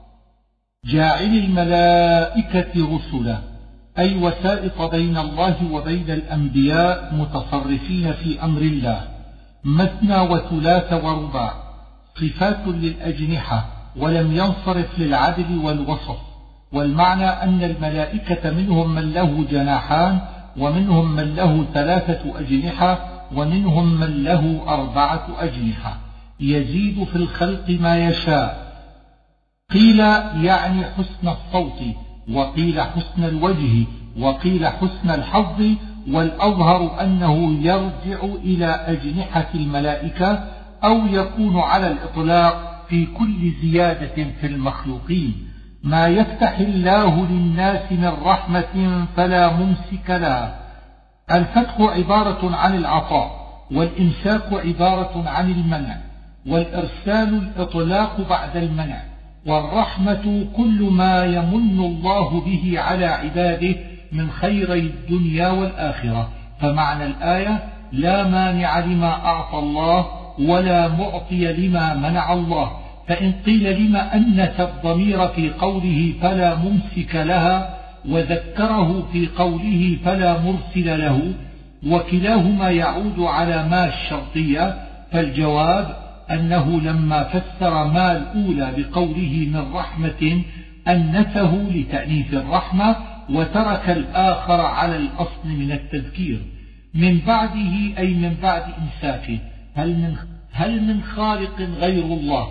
جاعل الملائكة رسلا، أي وسائط بين الله وبين الأنبياء متصرفين في أمر الله، مثنى وثلاث ورباع، صفات للأجنحة ولم ينصرف للعدل والوسط. والمعنى أن الملائكة منهم من له جناحان، ومنهم من له ثلاثة أجنحة، ومنهم من له أربعة أجنحة، يزيد في الخلق ما يشاء. قيل يعني حسن الصوت، وقيل حسن الوجه، وقيل حسن الحظ، والأظهر أنه يرجع إلى أجنحة الملائكة، أو يكون على الإطلاق في كل زيادة في المخلوقين. ما يفتح الله للناس من رحمة فلا ممسك لها. الفتح عبارة عن العطاء، والإمساك عبارة عن المنع، والإرسال الإطلاق بعد المنع، والرحمة كل ما يمن الله به على عباده من خيري الدنيا والآخرة. فمعنى الآية لا مانع لما أعطى الله ولا معطي لما منع الله. فإن قيل لما أنث الضمير في قوله فلا ممسك لها، وذكره في قوله فلا مرسل له، وكلاهما يعود على ما الشرطية، فالجواب أنه لما فسر ما الأولى بقوله من رحمة أنثه لتأنيث الرحمة، وترك الآخر على الأصل من التذكير. من بعده أي من بعد إمساكه. هل من, هل من خالق غير الله؟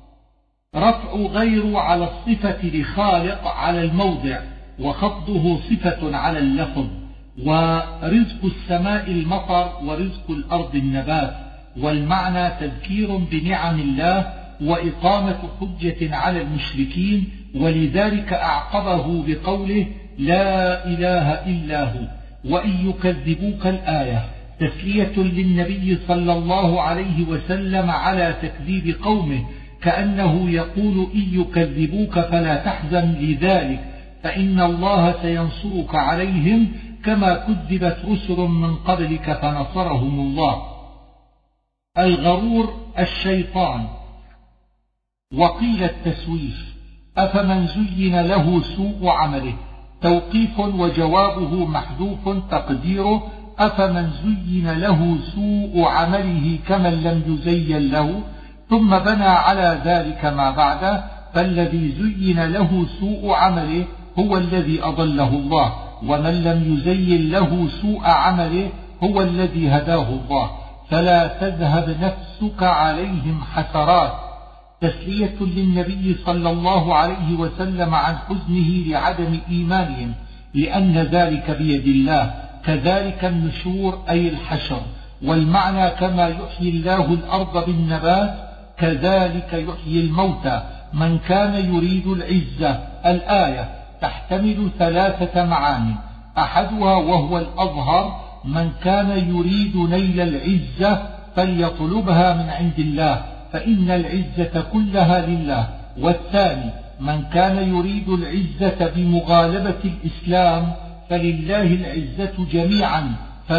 رفع غير على الصفة لخالق على الموضع، وخفضه صفة على اللفظ. ورزق السماء المطر، ورزق الأرض النبات. والمعنى تذكير بنعم الله وإقامة حجة على المشركين، ولذلك أعقبه بقوله لا إله إلا هو. وإن يكذبوك الآية تسلية للنبي صلى الله عليه وسلم على تكذيب قومه، كأنه يقول إن يكذبوك فلا تحزن لذلك، فإن الله سينصرك عليهم كما كذبت رسل من قبلك فنصرهم الله. الغرور الشيطان. وقيل التسويف. أفمن زين له سوء عمله توقيف وجوابه محذوف تقديره أفمن زين له سوء عمله كمن لم يزين له، ثم بنى على ذلك ما بعده، فالذي زين له سوء عمله هو الذي أضله الله، ومن لم يزين له سوء عمله هو الذي هداه الله، فلا تذهب نفسك عليهم حسرات، تسلية للنبي صلى الله عليه وسلم عن حزنه لعدم إيمانهم، لأن ذلك بيد الله. كذلك النشور أي الحشر، والمعنى كما يحيي الله الأرض بالنبات كذلك يحيي الموتى. من كان يريد العزة الآية تحتمل ثلاثة معاني، أحدها وهو الأظهر من كان يريد نيل العزة فليطلبها من عند الله فإن العزة كلها لله، والثاني من كان يريد العزة بمغالبة الإسلام فلله العزة جميعا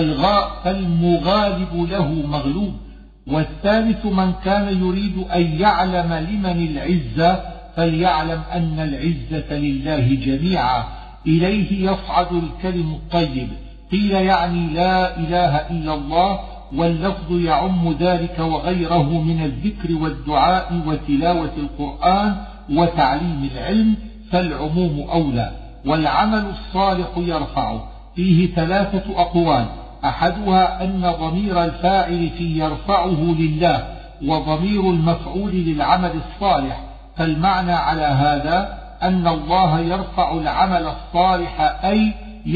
فالمغالب له مغلوب، والثالث من كان يريد أن يعلم لمن العزة فليعلم أن العزة لله جميعا، إليه يصعد الكلم الطيب. قيل يعني لا إله إلا الله، واللفظ يعم ذلك وغيره من الذكر والدعاء وتلاوة القرآن وتعليم العلم، فالعموم أولى. والعمل الصالح يرفعه، فيه ثلاثة أقوال، أحدها أن ضمير الفاعل في يرفعه لله، وضمير المفعول للعمل الصالح، فالمعنى على هذا أن الله يرفع العمل الصالح أي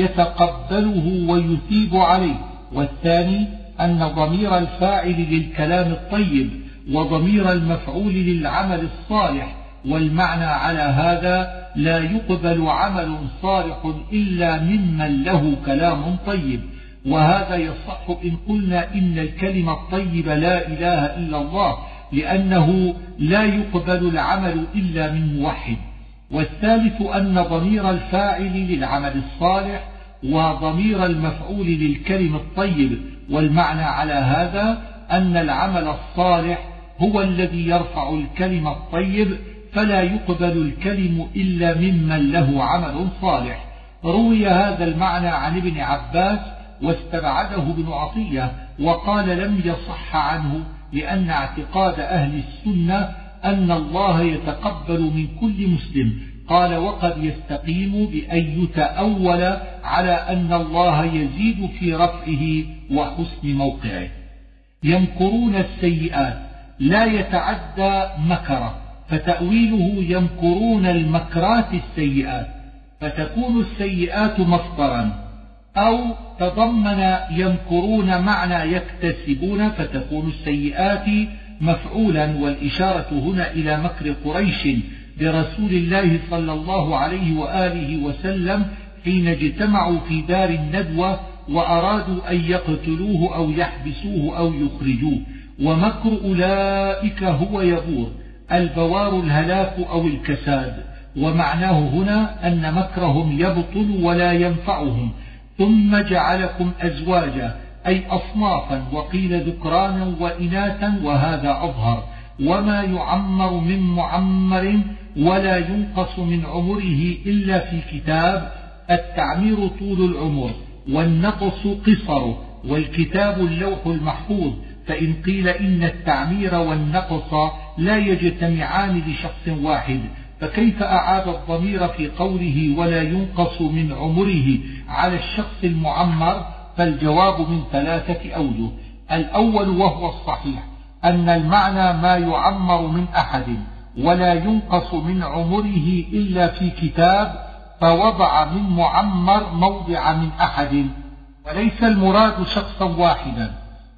يتقبله ويثيب عليه. والثاني أن ضمير الفاعل للكلام الطيب وضمير المفعول للعمل الصالح، والمعنى على هذا لا يقبل عمل صالح إلا ممن له كلام طيب، وهذا يصح إن قلنا إن الكلمة الطيب لا إله إلا الله، لأنه لا يقبل العمل إلا من موحد. والثالث أن ضمير الفاعل للعمل الصالح وضمير المفعول للكلم الطيب، والمعنى على هذا أن العمل الصالح هو الذي يرفع الكلم الطيب، فلا يقبل الكلم إلا ممن له عمل صالح. روي هذا المعنى عن ابن عباس واستبعده ابن عطية، وقال لم يصح عنه، لأن اعتقاد أهل السنة أن الله يتقبل من كل مسلم. قال وقد يستقيم بأن يتأول على أن الله يزيد في رفعه وحسن موقعه. يمكرون السيئات لا يتعدى مكره، فتأويله يمكرون المكرات السيئات، فتكون السيئات مصدرا، أو تضمن يمكرون معنى يكتسبون فتكون السيئات مفعولا، والإشارة هنا إلى مكر قريش برسول الله صلى الله عليه وآله وسلم حين اجتمعوا في دار الندوة وأرادوا أن يقتلوه أو يحبسوه أو يخرجوه. ومكر أولئك هو يبور، البوار الهلاك أو الكساد، ومعناه هنا أن مكرهم يبطل ولا ينفعهم. ثم جعلكم أزواجا أي أصنافا، وقيل ذكرانا وإناثا، وهذا أظهر. وما يعمر من معمر ولا ينقص من عمره إلا في كتاب، التعمير طول العمر والنقص قصره، والكتاب اللوح المحفوظ. فإن قيل إن التعمير والنقص لا يجتمعان لشخص واحد، فكيف أعاد الضمير في قوله ولا ينقص من عمره على الشخص المعمر؟ فالجواب من ثلاثة أوجه. الأول وهو الصحيح أن المعنى ما يعمر من أحد ولا ينقص من عمره إلا في كتاب، فوضع من معمر موضع من أحد، وليس المراد شخصا واحدا،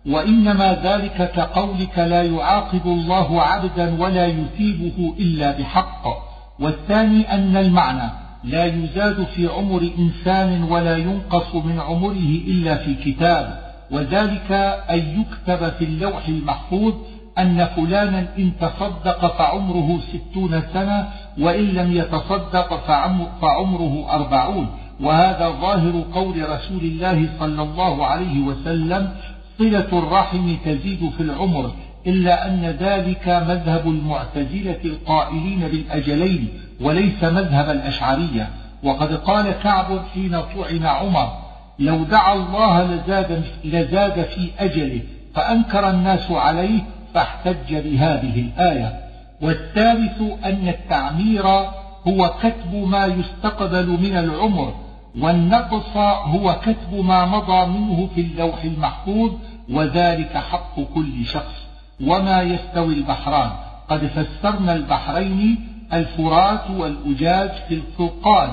وإنما ذلك كقولك لا يعاقب الله عبدا ولا يثيبه إلا بحق. والثاني أن المعنى لا يزاد في عمر إنسان ولا ينقص من عمره إلا في كتاب، وذلك أن يكتب في اللوح المحفوظ أن فلانا إن تصدق فعمره ستون سنة، وإن لم يتصدق فعمره أربعون. وهذا ظاهر قول رسول الله صلى الله عليه وسلم صلة الرحم تزيد في العمر، إلا أن ذلك مذهب المعتزلة القائلين بالأجلين وليس مذهب الأشعرية. وقد قال كعب حين طعن عمر: لو دعا الله لزاد, لزاد في أجله، فأنكر الناس عليه فاحتج بهذه الآية. والثالث أن التعمير هو كتب ما يستقبل من العمر، والنقص هو كتب ما مضى منه في اللوح المحفوظ، وذلك حق كل شخص. وما يستوي البحران، قد فسرنا البحرين الفرات والأجاج في الفرقان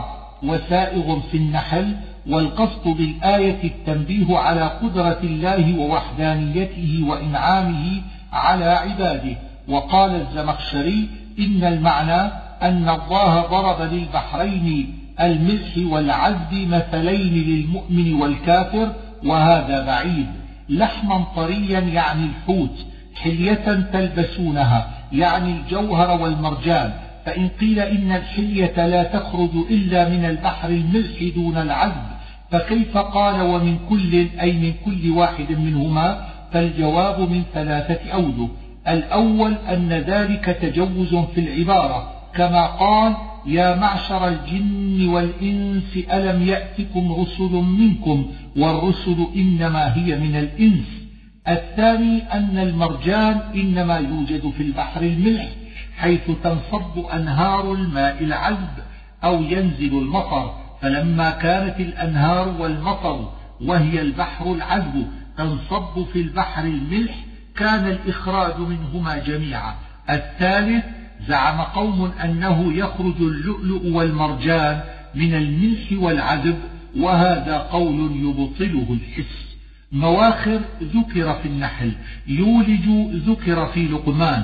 وسائغ في النحل، والقصد بالآية التنبيه على قدرة الله ووحدانيته وإنعامه على عباده. وقال الزمخشري: إن المعنى أن الله ضرب للبحرين الملح والعذب مثلين للمؤمن والكافر، وهذا بعيد. لحما طريا يعني الحوت، حلية تلبسونها يعني الجوهر والمرجان، فإن قيل إن الحلية لا تخرج إلا من البحر الملح دون العذب، فكيف قال ومن كل أي من كل واحد منهما؟ فالجواب من ثلاثة أوجه. الأول أن ذلك تجوز في العبارة، كما قال: يا معشر الجن والإنس ألم يأتكم رسل منكم، والرسل إنما هي من الإنس. الثاني أن المرجان إنما يوجد في البحر الملح، حيث تنصب أنهار الماء العذب أو ينزل المطر، فلما كانت الأنهار والمطر وهي البحر العذب تنصب في البحر الملح، كان الإخراج منهما جميعا. الثالث: زعم قوم أنه يخرج اللؤلؤ والمرجان من الملح والعذب، وهذا قول يبطله الحس. مواخر ذكر في النحل، يولج ذكر في لقمان.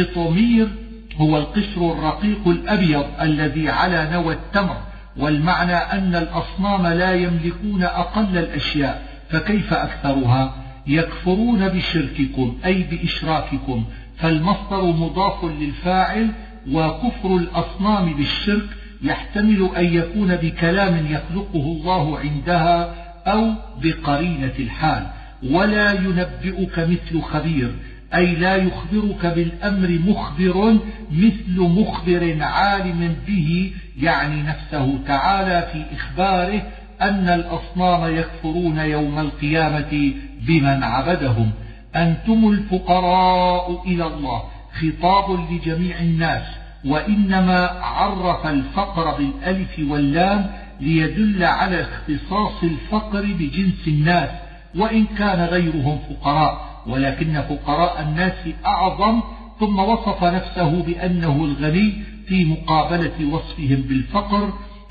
قطمير هو القشر الرقيق الأبيض الذي على نوى التمر، والمعنى أن الأصنام لا يملكون أقل الأشياء، فكيف أكثرها؟ يكفرون بشرككم أي بإشراككم، فالمصدر مضاف للفاعل، وكفر الأصنام بالشرك يحتمل أن يكون بكلام يخلقه الله عندها أو بقرينة الحال. ولا ينبئك مثل خبير، أي لا يخبرك بالأمر مخبر مثل مخبر عالم به، يعني نفسه تعالى في إخباره أن الأصنام يكفرون يوم القيامة بمن عبدهم. أنتم الفقراء إلى الله، خطاب لجميع الناس، وإنما عرف الفقر بالألف واللام ليدل على اختصاص الفقر بجنس الناس، وإن كان غيرهم فقراء، ولكن فقراء الناس أعظم. ثم وصف نفسه بأنه الغني في مقابلة وصفهم بالفقر،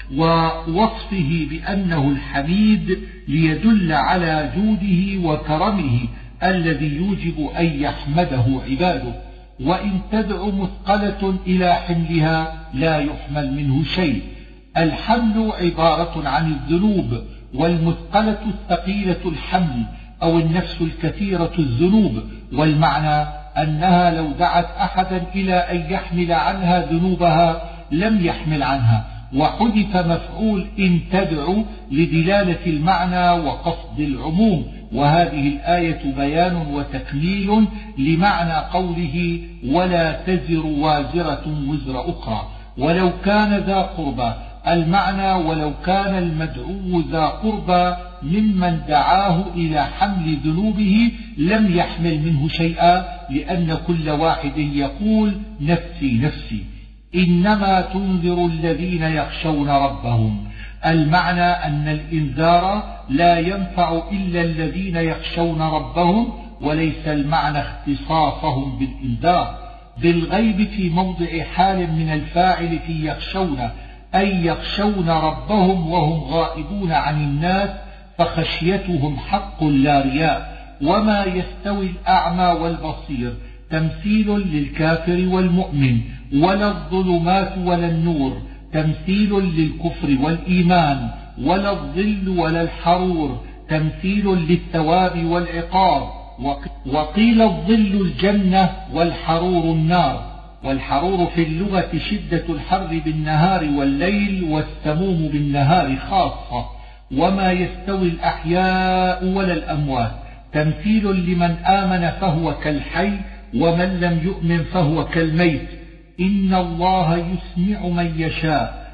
ووصفه بأنه الحميد ليدل على جوده وكرمه الذي يوجب أن يحمده عباده. وإن تدع مثقلة إلى حملها لا يحمل منه شيء. الحمل عبارة عن الذنوب، والمثقلة الثقيلة الحمل أو النفس الكثيرة الذنوب، والمعنى أنها لو دعت أحدا إلى أن يحمل عنها ذنوبها لم يحمل عنها. وحذف مفعول إن تدعو لدلالة المعنى وقصد العموم، وهذه الآية بيان وتكميل لمعنى قوله ولا تزر وازرة وزر أخرى. ولو كان ذا قربى، المعنى ولو كان المدعو ذا قربى ممن دعاه إلى حمل ذنوبه لم يحمل منه شيئا، لأن كل واحد يقول نفسي نفسي. إنما تنذر الذين يخشون ربهم، المعنى أن الإنذار لا ينفع إلا الذين يخشون ربهم، وليس المعنى اختصاصهم بالإنذار. بالغيب في موضع حال من الفاعل في يخشون، أي يخشون ربهم وهم غائبون عن الناس، فخشيتهم حق لا رياء. وما يستوي الأعمى والبصير تمثيل للكافر والمؤمن، ولا الظلمات ولا النور تمثيل للكفر والإيمان، ولا الظل ولا الحرور تمثيل للثواب والعقاب. وقيل الظل الجنة والحرور النار. والحرور في اللغة شدة الحر بالنهار والليل، والسموم بالنهار خاصة. وما يستوي الأحياء ولا الأموات تمثيل لمن آمن فهو كالحي، ومن لم يؤمن فهو كالميت. إن الله يسمع من يشاء،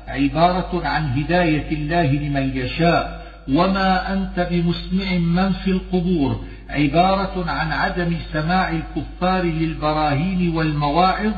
عبارة عن هداية الله لمن يشاء، وما أنت بمسمع من في القبور عبارة عن عدم سماع الكفار للبراهين والمواعظ،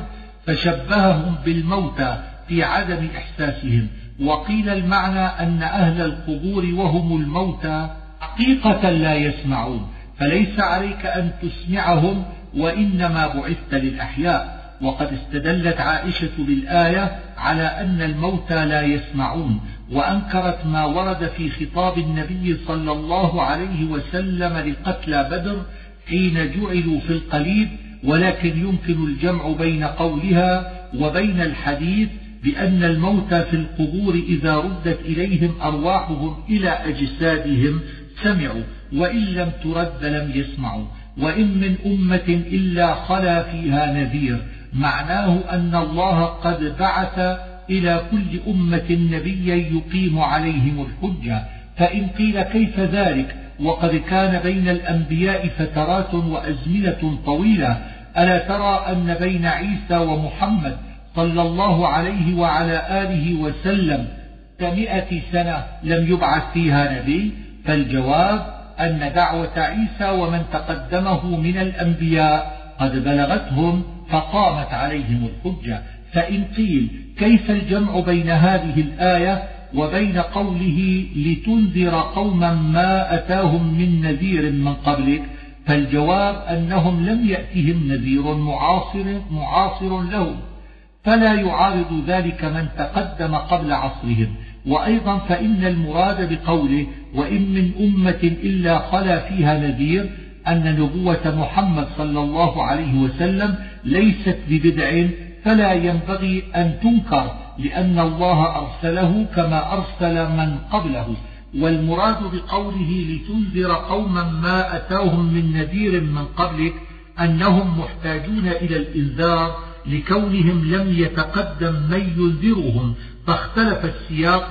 فشبههم بالموتى في عدم إحساسهم. وقيل المعنى أن أهل القبور وهم الموتى حقيقة لا يسمعون، فليس عليك أن تسمعهم، وإنما بعثت للأحياء. وقد استدلت عائشة بالآية على أن الموتى لا يسمعون، وأنكرت ما ورد في خطاب النبي صلى الله عليه وسلم لقتلى بدر حين جعلوا في القليب، ولكن يمكن الجمع بين قولها وبين الحديث بأن الموتى في القبور إذا ردت إليهم أرواحهم إلى أجسادهم سمعوا، وإن لم ترد لم يسمعوا. وإن من أمة إلا خلا فيها نذير، معناه أن الله قد بعث إلى كل أمة نبيا يقيم عليهم الحجة. فإن قيل كيف ذلك وقد كان بين الأنبياء فترات وأزمنة طويلة؟ ألا ترى أن بين عيسى ومحمد صلى الله عليه وعلى آله وسلم كمئة سنة لم يبعث فيها نبي؟ فالجواب أن دعوة عيسى ومن تقدمه من الأنبياء قد بلغتهم فقامت عليهم الحجة. فإن قيل كيف الجمع بين هذه الآية وبين قوله لتنذر قوما ما أتاهم من نذير من قبلك؟ فالجواب أنهم لم يأتهم نذير معاصر, معاصر لهم، فلا يعارض ذلك من تقدم قبل عصرهم. وأيضا فإن المراد بقوله وإن من أمة إلا خلا فيها نذير أن نبوة محمد صلى الله عليه وسلم ليست ببدع، فلا ينبغي أن تنكر، لأن الله أرسله كما أرسل من قبله. والمراد بقوله لتنذر قوما ما أتاهم من نذير من قبلك أنهم محتاجون إلى الإنذار لكونهم لم يتقدم من ينذرهم، فاختلف السياق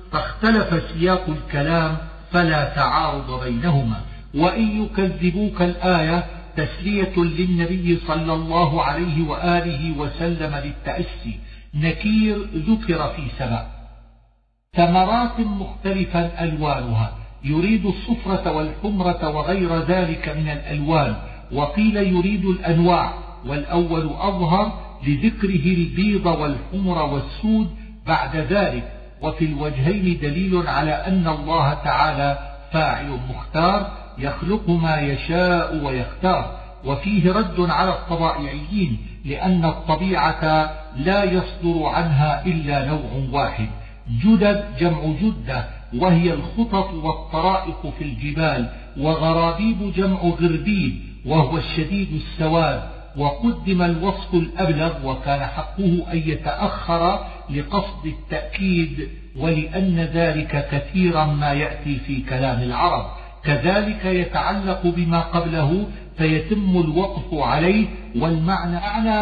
فاختلف سياق الكلام فلا تعارض بينهما. وإن يكذبوك الآية تسلية للنبي صلى الله عليه وآله وسلم للتأسي. نكير ذكر في سبع ثمرات مختلفا ألوانها، يريد الصفرة والحمرة وغير ذلك من الألوان، وقيل يريد الأنواع، والأول أظهر لذكره البيض والحمر والسود بعد ذلك. وفي الوجهين دليل على أن الله تعالى فاعل مختار يخلق ما يشاء ويختار. وفيه رد على الطبائعيين، لأن الطبيعة لا يصدر عنها إلا نوع واحد. جدد جمع جدة، وهي الخطط والطرائق في الجبال. وغرابيب جمع غربيب، وهو الشديد السواد. وقدم الوصف الأبلغ، وكان حقه أن يتأخر لقصد التأكيد، ولأن ذلك كثيرا ما يأتي في كلام العرب. كذلك يتعلق بما قبله فيتم الوقف عليه. والمعنى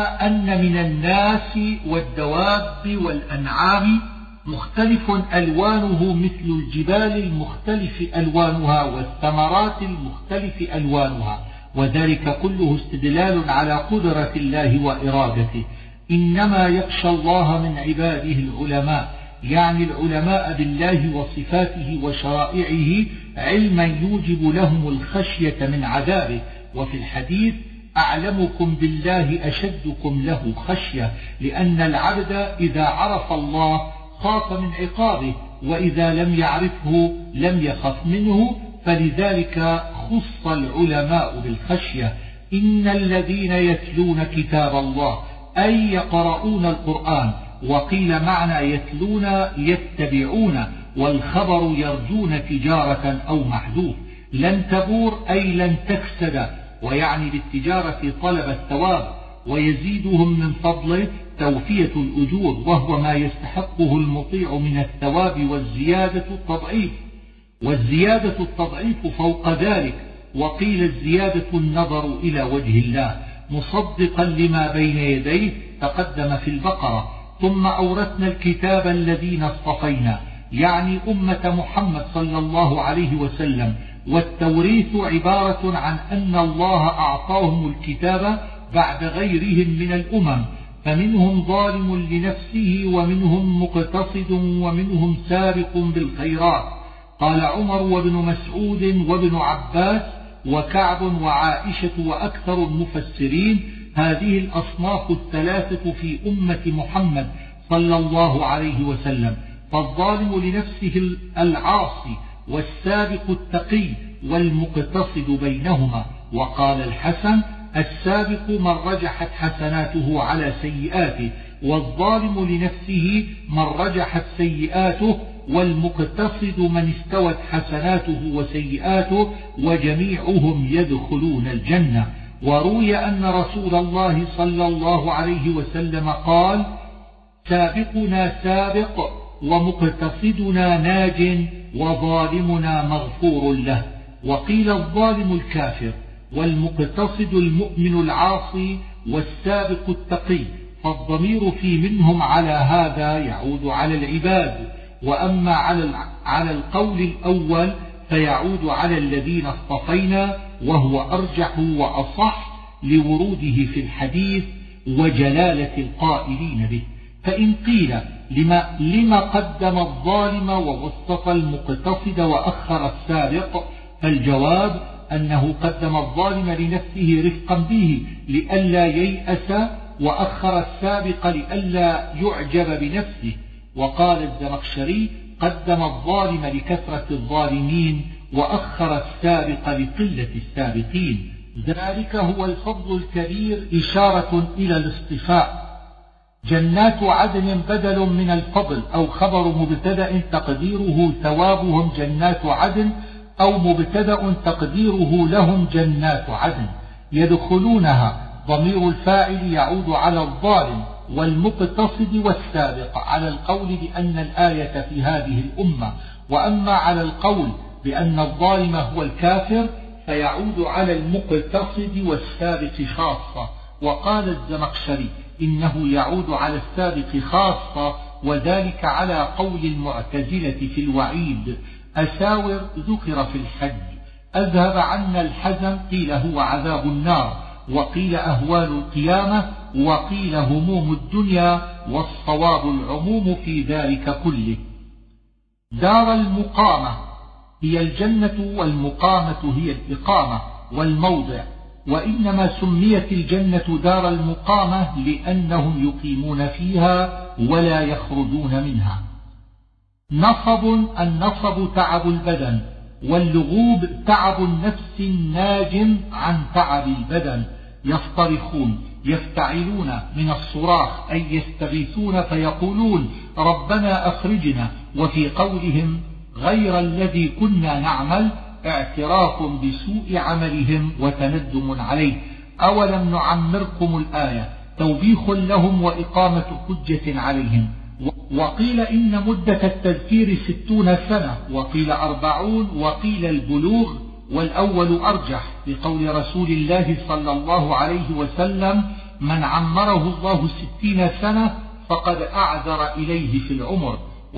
أن من الناس والدواب والأنعام مختلف ألوانه مثل الجبال المختلف ألوانها والثمرات المختلف ألوانها، وذلك كله استدلال على قدرة الله وإرادته. إنما يخشى الله من عباده العلماء، يعني العلماء بالله وصفاته وشرائعه علما يوجب لهم الخشية من عذابه. وفي الحديث أعلمكم بالله أشدكم له خشية، لأن العبد إذا عرف الله خاف من عقابه، وإذا لم يعرفه لم يخف منه، فلذلك خص العلماء بالخشية. إن الذين يتلون كتاب الله أي يقرؤون القرآن، وقيل معنى يتلون يتبعون، والخبر يرجون تجارة أو محذوف. لن تبور أي لن تفسد، ويعني بالتجارة طلب الثواب، ويزيدهم من فضله توفية الأجور، وهو ما يستحقه المطيع من الثواب، والزيادة التضعيف والزيادة التضعيف فوق ذلك. وقيل الزيادة النظر إلى وجه الله مصدقا لما بين يديه تقدم في البقرة. ثم أورثنا الكتاب الذين اصطفينا، يعني أمة محمد صلى الله عليه وسلم. والتوريث عبارة عن أن الله أعطاهم الكتاب بعد غيرهم من الأمم، فمنهم ظالم لنفسه ومنهم مقتصد ومنهم سابق بالخيرات. قال عمر وابن مسعود وابن عباس وكعب وعائشة وأكثر المفسرين: هذه الأصناف الثلاثة في أمة محمد صلى الله عليه وسلم، فالظالم لنفسه العاصي والسابق التقي والمقتصد بينهما. وقال الحسن: السابق من رجحت حسناته على سيئاته، والظالم لنفسه من رجحت سيئاته، والمقتصد من استوت حسناته وسيئاته، وجميعهم يدخلون الجنة. وروي أن رسول الله صلى الله عليه وسلم قال: سابقنا سابق ومقتصدنا ناج وظالمنا مغفور له. وقيل الظالم الكافر، والمقتصد المؤمن العاصي، والسابق التقي، فالضمير في منهم على هذا يعود على العباد. وأما على القول الأول فيعود على الذين اصطفينا، وهو أرجح وأصح لوروده في الحديث وجلالة القائلين به. فإن قيل لما, لما قدم الظالم ووسط المقتصد وأخر السابق، فالجواب أنه قدم الظالم لنفسه رفقا به لئلا ييأس، وأخر السابق لئلا يعجب بنفسه. وقال الزمخشري: قدم الظالم لكثرة الظالمين، وأخر السابق لقلة السابقين. ذلك هو الفضل الكبير، إشارة إلى الاصطفاء. جنات عدن بدل من الفضل، أو خبر مبتدأ تقديره ثوابهم جنات عدن، أو مبتدأ تقديره لهم جنات عدن يدخلونها. ضمير الفاعل يعود على الظالم والمقتصد والسابق على القول بأن الآية في هذه الأمة. وأما على القول بأن الظالم هو الكافر فيعود على المقتصد والسابق خاصة. وقال الزمخشري: إنه يعود على السابق خاصة، وذلك على قول المعتزلة في الوعيد. أساور ذكر في الحج. أذهب عنا الحزن، قيل هو عذاب النار، وقيل أهوال القيامة، وقيل هموم الدنيا، والصواب العموم في ذلك كله. دار المقامة هي الجنة، والمقامة هي الإقامة والموضع. وإنما سميت الجنة دار المقامة لأنهم يقيمون فيها ولا يخرجون منها. نصب، النصب تعب البدن، واللغوب تعب النفس الناج عن تعب البدن. يصطرخون، يفتعلون من الصراخ، أي يستغيثون فيقولون: ربنا أخرجنا. وفي قولهم غير الذي كنا نعمل اعتراف بسوء عملهم وتندم عليه. أولم نعمركم الآية توبيخ لهم وإقامة حجة عليهم. وقيل إن مدة التذكير ستون سنة، وقيل أربعون، وقيل البلوغ، والأول أرجح لقول رسول الله صلى الله عليه وسلم: من عمره الله ستين سنة فقد أعذر إليه في العمر.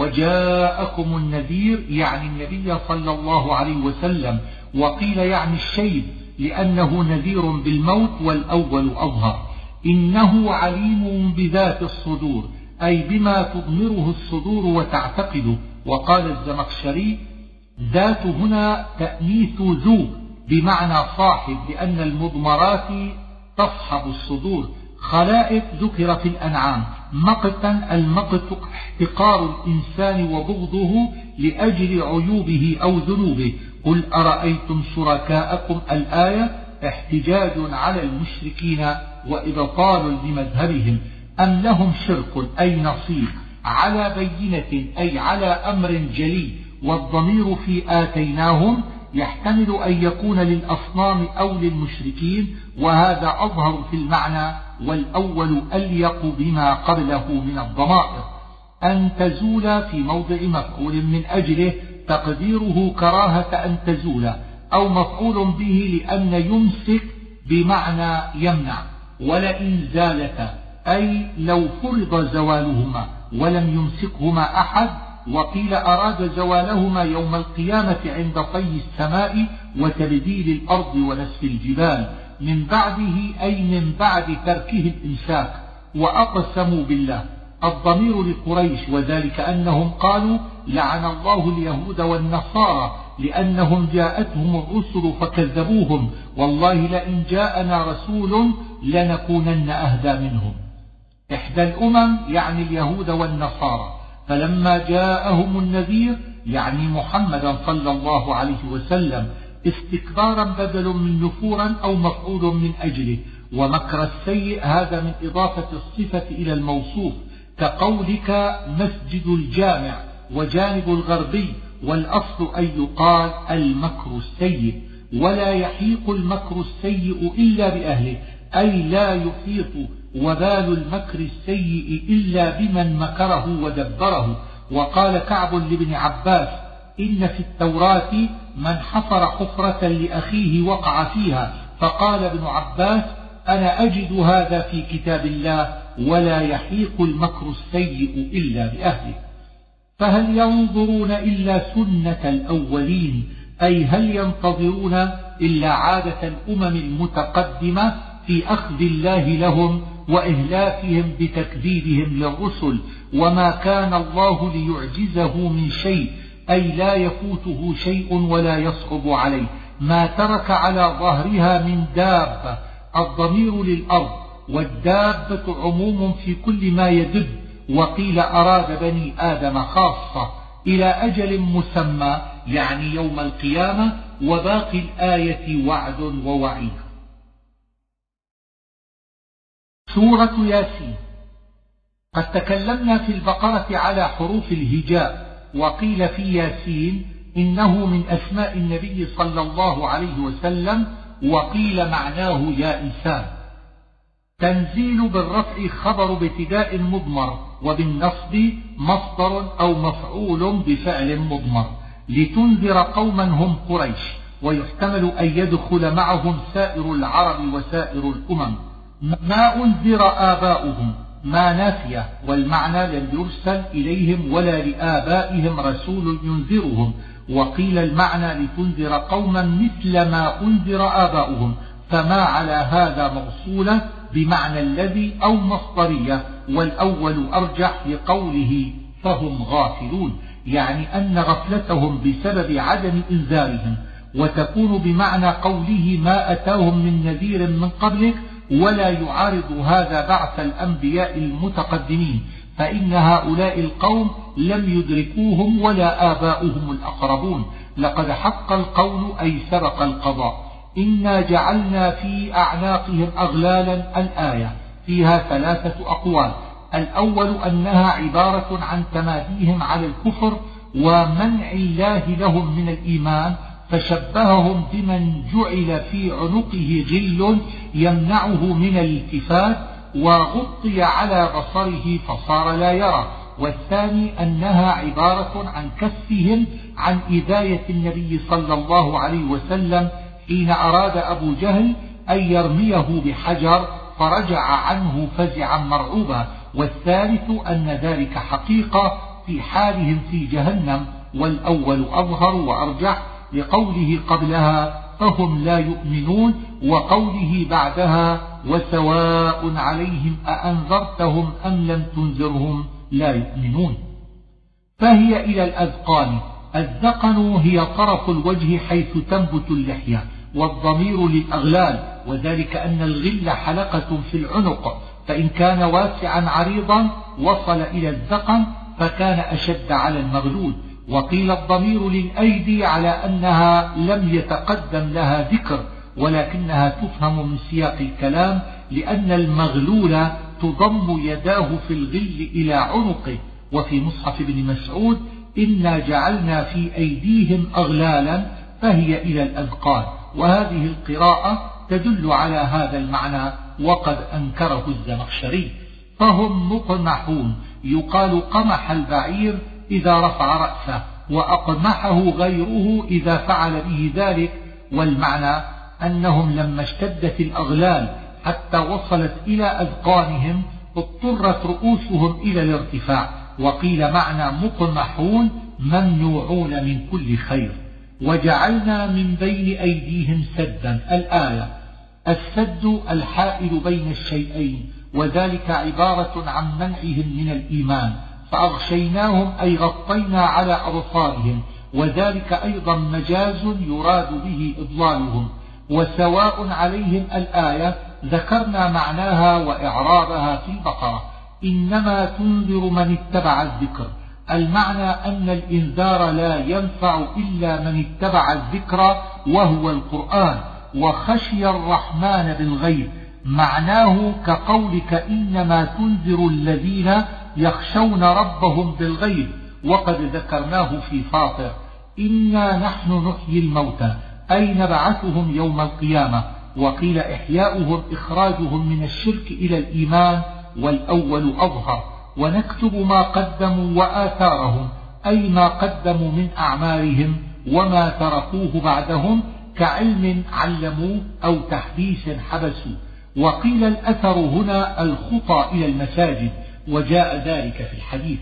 وجاءكم النذير يعني النبي صلى الله عليه وسلم. وقيل يعني الشيب لأنه نذير بالموت، والأول أظهر. إنه عليم بذات الصدور، أي بما تضمره الصدور وتعتقده. وقال الزمخشري: ذات هنا تأنيث ذو بمعنى صاحب، لأن المضمرات تصحب الصدور. خلائق ذكر في الأنعام. مقتا، المقت احتقار الإنسان وبغضه لأجل عيوبه أو ذنوبه. قل أرأيتم شركاءكم الآية احتجاج على المشركين وإبطال لمذهبهم. أم لهم شرك أي نصيب، على بينة أي على أمر جلي. والضمير في آتيناهم يحتمل أن يكون للأصنام أو للمشركين، وهذا أظهر في المعنى، والأول أليق بما قبله من الضمائر. أن تزول في موضع مفعول من أجله، تقديره كراهة أن تزول، أو مفعول به لأن يمسك بمعنى يمنع. ولئن زالتا أي لو فرض زوالهما ولم يمسكهما أحد. وقيل أراد زوالهما يوم القيامة عند طي السماء وتبديل الأرض ونسف الجبال. من بعده أي من بعد تركه الإمساك. وأقسموا بالله. الضمير لقريش، وذلك أنهم قالوا لعن الله اليهود والنصارى لأنهم جاءتهم الرسل فكذبوهم، والله لئن جاءنا رسول لنكونن أهدى منهم. إحدى الأمم يعني اليهود والنصارى، فلما جاءهم النذير يعني محمدا صلى الله عليه وسلم استكبارا بدل من نفورا أو مفعول من أجله. ومكر السيء هذا من إضافة الصفة إلى الموصوف، كقولك مسجد الجامع وجانب الغربي، والأصل أن يقال المكر السيء. ولا يحيق المكر السيء إلا بأهله، أي لا يحيط وبال المكر السيء إلا بمن مكره ودبره. وقال كعب لابن عباس: إن في التوراة من حفر حفرة لأخيه وقع فيها. فقال ابن عباس: أنا أجد هذا في كتاب الله، ولا يحيق المكر السيء إلا بأهله. فهل ينظرون إلا سنة الأولين، أي هل ينتظرون إلا عادة الأمم المتقدمة في أخذ الله لهم وإهلاكهم بتكذيبهم للرسل، وما كان الله ليعجزه من شيء، أي لا يفوته شيء ولا يصعب عليه، ما ترك على ظهرها من دابة. الضمير للأرض، والدابة عموم في كل ما يدب، وقيل أراد بني آدم خاصة إلى أجل مسمى يعني يوم القيامة، وباقي الآية وعد ووعيد. سورة ياسين. قد تكلمنا في البقرة على حروف الهجاء، وقيل في ياسين إنه من أسماء النبي صلى الله عليه وسلم، وقيل معناه يا إنسان. تنزيل بالرفع خبر بابتداء مضمر، وبالنصب مصدر أو مفعول بفعل مضمر. لتنذر قوما هم قريش، ويحتمل أن يدخل معهم سائر العرب وسائر الأمم. ما أنذر آباؤهم ما نافية، والمعنى لم يرسل إليهم ولا لآبائهم رسول ينذرهم. وقيل المعنى لتنذر قوما مثل ما أنذر آباؤهم، فما على هذا موصولة بمعنى الذي أو مصدرية، والأول أرجح لقوله فهم غافلون، يعني أن غفلتهم بسبب عدم إنذارهم. وتكون بمعنى قوله ما أتاهم من نذير من قبلك، ولا يعارض هذا بعث الأنبياء المتقدمين، فإن هؤلاء القوم لم يدركوهم ولا آباؤهم الأقربون. لقد حق القول أي سبق القضاء. إنا جعلنا في أعناقهم أغلالا. الآية فيها ثلاثة أقوال. الأول أنها عبارة عن تماديهم على الكفر ومنع الله لهم من الإيمان، فشبههم بمن جعل في عنقه غل يمنعه من الالتفات، وغطي على بصره فصار لا يرى. والثاني أنها عبارة عن كفهم عن إذاية النبي صلى الله عليه وسلم حين أراد أبو جهل أن يرميه بحجر فرجع عنه فزعا مرعوبا. والثالث أن ذلك حقيقة في حالهم في جهنم، والأول أظهر وأرجح لقوله قبلها فهم لا يؤمنون، وقوله بعدها وسواء عليهم أأنذرتهم أم لم تنذرهم لا يؤمنون. فهي إلى الأذقان. الذقن هي طرف الوجه حيث تنبت اللحية، والضمير للأغلال، وذلك أن الغل حلقة في العنق، فإن كان واسعا عريضا وصل إلى الذقن فكان أشد على المغلول. وقيل الضمير للأيدي على أنها لم يتقدم لها ذكر، ولكنها تفهم من سياق الكلام، لأن المغلول تضم يداه في الغل إلى عنقه. وفي مصحف ابن مسعود إنا جعلنا في أيديهم أغلالا، فهي إلى الأذقان. وهذه القراءة تدل على هذا المعنى، وقد أنكره الزمخشري. فهم مقمحون، يقال قمح البعير إذا رفع رأسه، وأقمحه غيره إذا فعل به ذلك. والمعنى أنهم لما اشتدت الأغلال حتى وصلت إلى أذقانهم اضطرت رؤوسهم إلى الارتفاع. وقيل معنى مقمحون ممنوعون من كل خير. وجعلنا من بين أيديهم سدا. الآية السد الحائل بين الشيئين، وذلك عبارة عن منعهم من الإيمان، فأغشيناهم أي غطينا على أبصارهم، وذلك أيضا مجاز يراد به إضلالهم. وسواء عليهم الآية ذكرنا معناها وإعرابها في البقرة. إنما تنذر من اتبع الذكر، المعنى أن الإنذار لا ينفع إلا من اتبع الذكر وهو القرآن وخشي الرحمن بالغيب، معناه كقولك إنما تنذر الذين يخشون ربهم بالغيب، وقد ذكرناه في فاطر: إنا نحن نحيي الموتى أي نبعثهم يوم القيامة. وقيل إحياؤهم إخراجهم من الشرك إلى الإيمان، والأول أظهر. ونكتب ما قدموا وآثارهم أي ما قدموا من أعمالهم وما تركوه بعدهم كعلم علموه أو تحديث حبسوا. وقيل الأثر هنا الخطى إلى المساجد، وجاء ذلك في الحديث.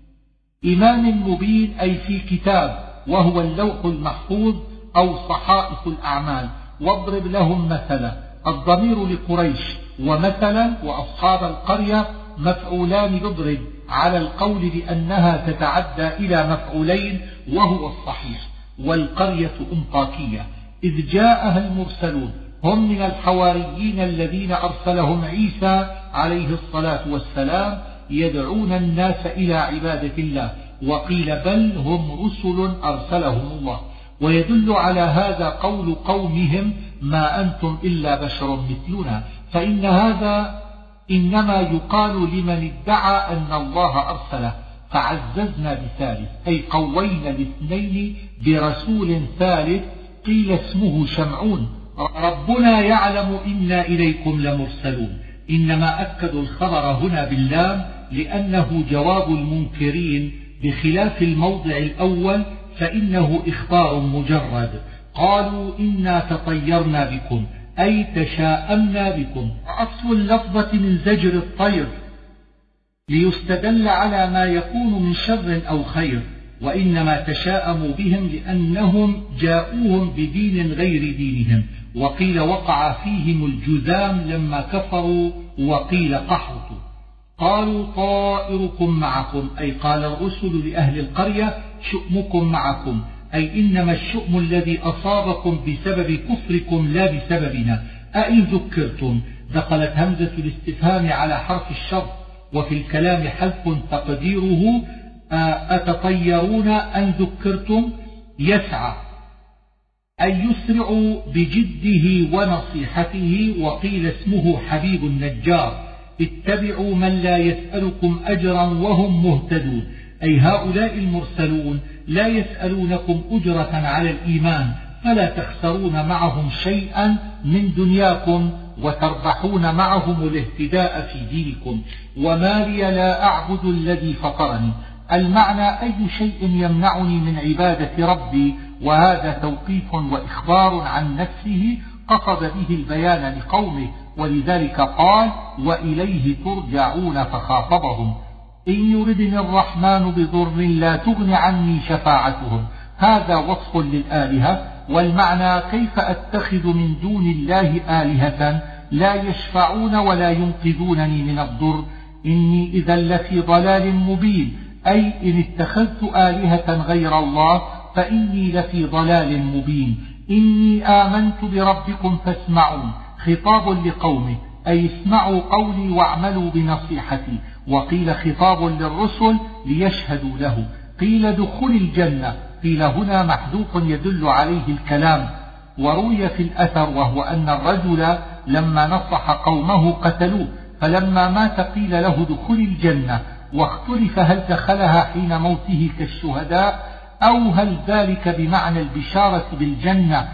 إمام مبين أي في كتاب، وهو اللوح المحفوظ أو صحائف الأعمال. واضرب لهم مثلا، الضمير لقريش، ومثلا وأصحاب القرية مفعولان يضرب على القول بأنها تتعدى إلى مفعولين وهو الصحيح. والقرية أنطاكية إذ جاءها المرسلون، هم من الحواريين الذين أرسلهم عيسى عليه الصلاة والسلام يدعون الناس إلى عبادة الله. وقيل بل هم رسل أرسلهم الله. ويدل على هذا قول قومهم: ما أنتم إلا بشر مثلنا. فإن هذا إنما يقال لمن ادعى أن الله أرسله، فعززنا بثالث أي قوينا الاثنين برسول ثالث قيل اسمه شمعون. ربنا يعلم إنا إليكم لمرسلون. إنما أكدوا الخبر هنا باللام لأنه جواب المنكرين، بخلاف الموضع الأول فإنه إخبار مجرد. قالوا إنا تطيرنا بكم أي تشاءمنا بكم. أصل اللفظة من زجر الطير ليستدل على ما يكون من شر أو خير، وإنما تشاءموا بهم لأنهم جاءوهم بدين غير دينهم. وقيل وقع فيهم الجذام لما كفروا، وقيل قحطوا. قالوا طائركم معكم أي قال الرسل لأهل القرية شؤمكم معكم، أي إنما الشؤم الذي أصابكم بسبب كفركم لا بسببنا. أئن ذكرتم دخلت همزة الاستفهام على حرف الشرط، وفي الكلام حذف تقديره أتطيرون أن ذكرتم يسعى أي يسرع بجده ونصيحته. وقيل اسمه حبيب النجار. اتبعوا من لا يسألكم أجرا وهم مهتدون، أي هؤلاء المرسلون لا يسألونكم أجرة على الإيمان، فلا تخسرون معهم شيئا من دنياكم وتربحون معهم الاهتداء في دينكم. وما لي لا أعبد الذي فطرني، المعنى أي شيء يمنعني من عبادة ربي، وهذا توقيف وإخبار عن نفسه قصد به البيان لقومه، ولذلك قال وإليه ترجعون فخاطبهم. إن يردني الرحمن بضر لا تغن عني شفاعتهم، هذا وصف للآلهة. والمعنى كيف أتخذ من دون الله آلهة لا يشفعون ولا ينقذونني من الضر، إني إذا لفي ضلال مبين، أي إن اتخذت آلهة غير الله فإني لفي ضلال مبين. إني آمنت بربكم فاسمعون، خطاب لقومه أي اسمعوا قولي واعملوا بنصيحتي. وقيل خطاب للرسل ليشهدوا له. قيل دخول الجنة، قيل هنا محذوف يدل عليه الكلام. وروي في الأثر وهو أن الرجل لما نصح قومه قتلوه، فلما مات قيل له دخول الجنة. واختلف هل دخلها حين موته كالشهداء أو هل ذلك بمعنى البشارة بالجنة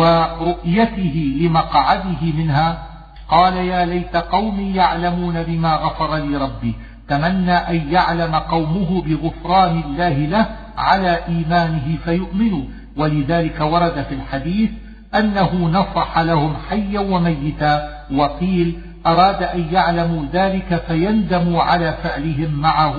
ورؤيته لمقعده منها. قال يا ليت قومي يعلمون بما غفر لي ربي. تمنى أن يعلم قومه بغفران الله له على إيمانه فيؤمنوا. ولذلك ورد في الحديث أنه نصح لهم حيا وميتا. وقيل أراد أن يعلموا ذلك فيندموا على فعلهم معه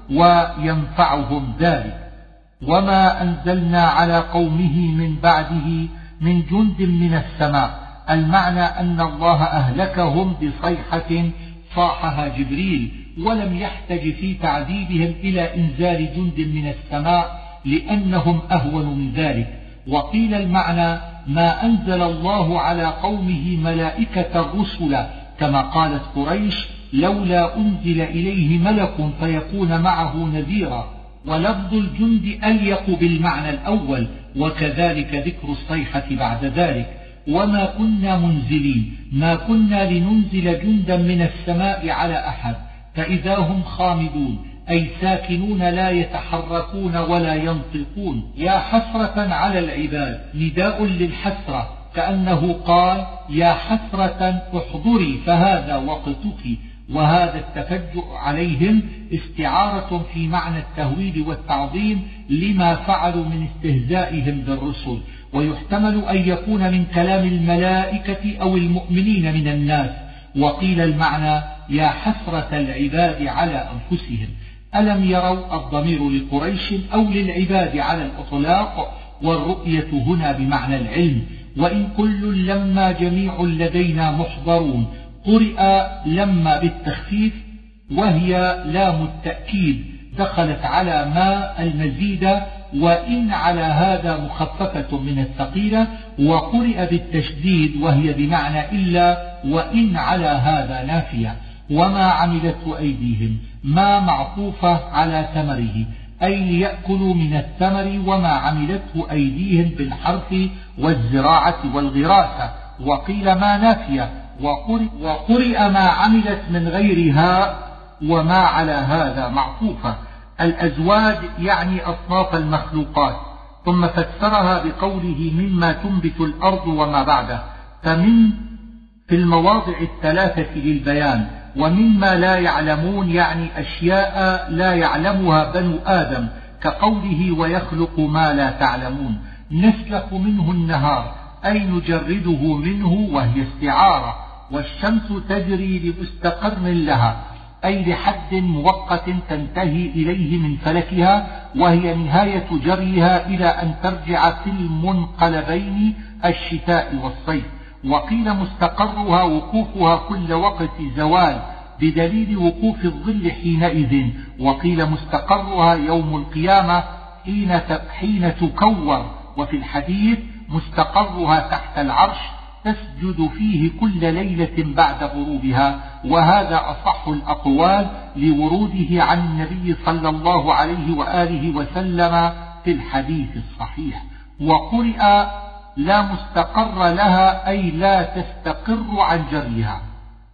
وينفعهم ذلك. وما أنزلنا على قومه من بعده من جند من السماء، المعنى أن الله أهلكهم بصيحة صاحها جبريل، ولم يحتج في تعذيبهم إلى إنزال جند من السماء لأنهم أهون من ذلك. وقيل المعنى ما أنزل الله على قومه ملائكة الرسل، كما قالت قريش لولا أنزل إليه ملك فيكون معه نذيرا، ولفظ الجند أليق بالمعنى الأول، وكذلك ذكر الصيحة بعد ذلك. وما كنا منزلين، ما كنا لننزل جندا من السماء على أحد فإذا هم خامدون، أي ساكنون لا يتحركون ولا ينطقون. يا حسرة على العباد نداء للحسرة، كأنه قال يا حسرة احضري فهذا وقتك. وهذا التفجع عليهم استعارة في معنى التهويل والتعظيم لما فعلوا من استهزائهم بالرسل، ويحتمل أن يكون من كلام الملائكة أو المؤمنين من الناس. وقيل المعنى يا حسرة العباد على أنفسهم. ألم يروا الضمير لقريش أو للعباد على الإطلاق، والرؤية هنا بمعنى العلم. وإن كل لما جميع لدينا محضرون، قرئ لما بالتخفيف وهي لام التأكيد دخلت على ما المزيد، وإن على هذا مخففة من الثقيلة، وقرئ بالتشديد وهي بمعنى إلا، وإن على هذا نافية. وما عملته أيديهم ما معطوفة على ثمره، أي ليأكلوا من الثمر وما عملته أيديهم بالحرث والزراعة والغراسة. وقيل ما نافية، وقرئ, وقرئ ما عملت من غيرها وما على هذا معطوفة. الأزواج يعني أصناف المخلوقات، ثم فسرها بقوله مما تنبت الأرض وما بعده، فمن في المواضع الثلاثة للبيان. ومما لا يعلمون يعني أشياء لا يعلمها بنو آدم، كقوله ويخلق ما لا تعلمون. نسلخ منه النهار أي نجرده منه، وهي استعارة. والشمس تجري لمستقر لها، أي لحد مؤقت تنتهي إليه من فلكها، وهي نهاية جريها إلى أن ترجع في المنقلبين الشتاء والصيف. وقيل مستقرها وقوفها كل وقت زوال بدليل وقوف الظل حينئذ. وقيل مستقرها يوم القيامة حين حين تكور. وفي الحديث مستقرها تحت العرش تسجد فيه كل ليلة بعد غروبها، وهذا أصح الأقوال لوروده عن النبي صلى الله عليه وآله وسلم في الحديث الصحيح. وقرئ لا مستقر لها أي لا تستقر عن جريها.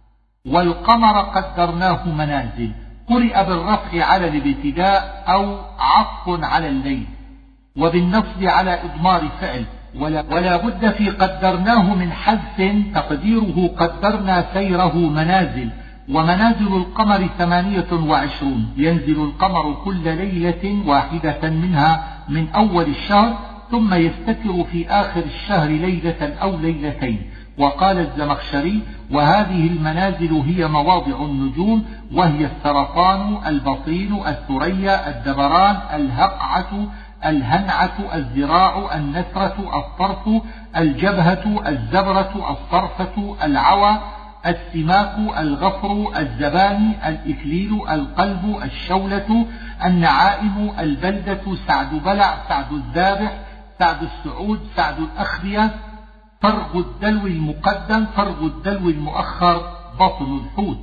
والقمر قدرناه منازل، قرئ بالرفع على الابتداء أو عطف على الليل، وبالنصب على إضمار فعل، ولا, ولا بد في قدرناه من حذف تقديره قدرنا سيره منازل. ومنازل القمر ثمانية وعشرون، ينزل القمر كل ليلة واحدة منها من أول الشهر، ثم يستتر في آخر الشهر ليلة أو ليلتين. وقال الزمخشري وهذه المنازل هي مواضع النجوم، وهي السرطان، البطين، الثريا، الدبران، الهقعة، الهنعة، الذراع، النثرة، الطرف، الجبهة، الزبرة، الصرفة، العوى، السماك، الغفر، الزباني، الإكليل، القلب، الشولة، النعائم، البلدة، سعد بلع، سعد الذابح، سعد السعود، سعد الأخرية، فرغ الدلو المقدم، فرغ الدلو المؤخر، بطن الحوت،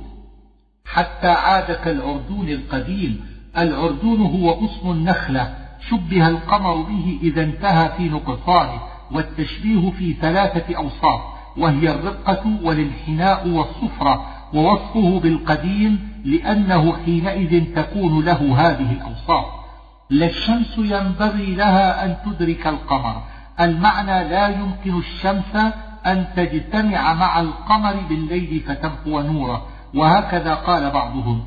حتى عاد كالعرجون القديم. العرجون هو غصن النخلة، شبه القمر به إذا انتهى في نقصانه، والتشبيه في ثلاثة أوصاف، وهي الرقة والانحناء والصفرة، ووصفه بالقديم لأنه حينئذ تكون له هذه الأوصاف. لا الشمس ينبغي لها أن تدرك القمر، المعنى لا يمكن الشمس أن تجتمع مع القمر بالليل فتمحو نوره، وهكذا قال بعضهم.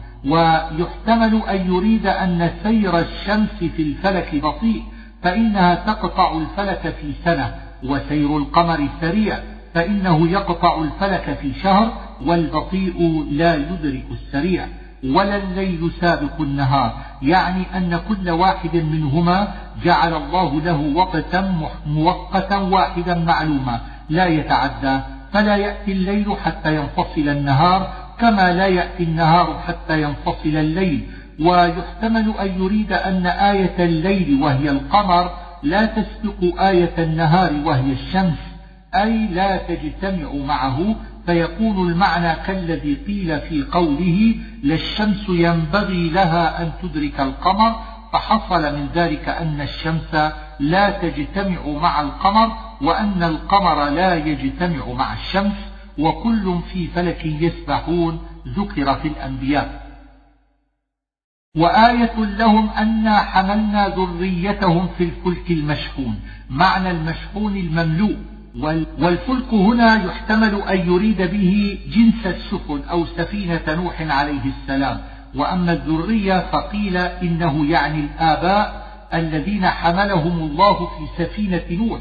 ويحتمل أن يريد أن سير الشمس في الفلك بطيء، فإنها تقطع الفلك في سنة، وسير القمر سريع، فإنه يقطع الفلك في شهر، والبطيء لا يدرك السريع. ولا الليل سابق النهار، يعني أن كل واحد منهما جعل الله له وقتا مؤقتا واحدا معلوما لا يتعدى، فلا يأتي الليل حتى ينفصل النهار، كما لا يأتي النهار حتى ينفصل الليل. ويحتمل أن يريد أن آية الليل وهي القمر لا تسبق آية النهار وهي الشمس، أي لا تجتمع معه، فيكون المعنى كالذي قيل في قوله لا الشمس ينبغي لها أن تدرك القمر، فحصل من ذلك أن الشمس لا تجتمع مع القمر وأن القمر لا يجتمع مع الشمس، وكل في فلك يسبحون ذكر في الأنبياء. وآية لهم أنا حملنا ذريتهم في الفلك المشحون، معنى المشحون المملوء، والفلك هنا يحتمل أن يريد به جنس السفن أو سفينة نوح عليه السلام. وأما الذرية فقيل إنه يعني الآباء الذين حملهم الله في سفينة نوح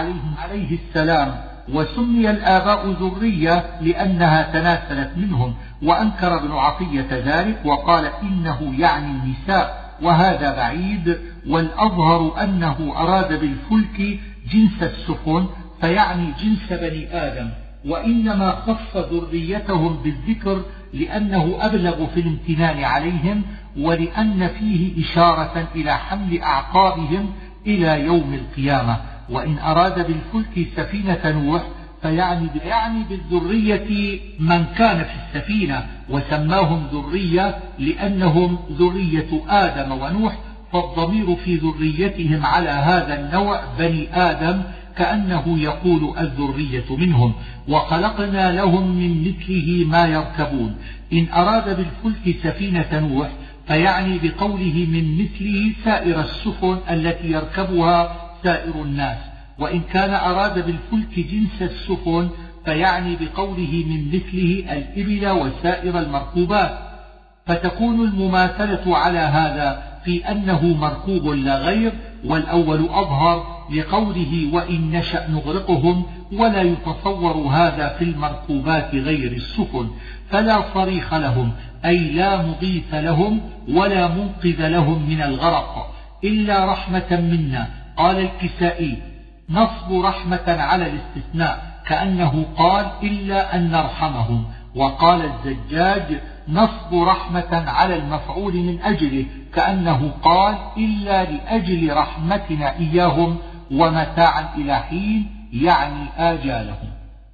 عليه السلام، وسمي الآباء ذرية لأنها تناسلت منهم. وأنكر ابن عطية ذلك وقال إنه يعني النساء، وهذا بعيد، والأظهر أنه أراد بالفلك جنس السفن فيعني جنس بني آدم، وإنما خص ذريتهم بالذكر لأنه أبلغ في الامتنان عليهم، ولأن فيه إشارة إلى حمل أعقابهم إلى يوم القيامة. وإن أراد بالفلك سفينة نوح فيعني يعني بالذرية من كان في السفينة، وسماهم ذرية لأنهم ذرية آدم ونوح، فالضمير في ذريتهم على هذا النوع بني آدم، كأنه يقول الذرية منهم. وخلقنا لهم من مثله ما يركبون. إن أراد بالفلك سفينة نوح فيعني بقوله من مثله سائر السفن التي يركبها سائر الناس. وإن كان أراد بالفلك جنس السفن فيعني بقوله من مثله الإبل وسائر المركوبات، فتكون المماثلة على هذا في أنه مركوب لا غير، والأول أظهر لقوله وإن نشأ نغرقهم، ولا يتصور هذا في المركوبات غير السفن، فلا صريخ لهم أي لا مغيث لهم ولا منقذ لهم من الغرق إلا رحمة منا. قال الكسائي نصب رحمة على الاستثناء كأنه قال إلا أن نرحمهم. وقال الزجاج نصب رحمة على المفعول من أجله كأنه قال إلا لأجل رحمتنا إياهم ومتاعا إلى حين، يعني آجالهم.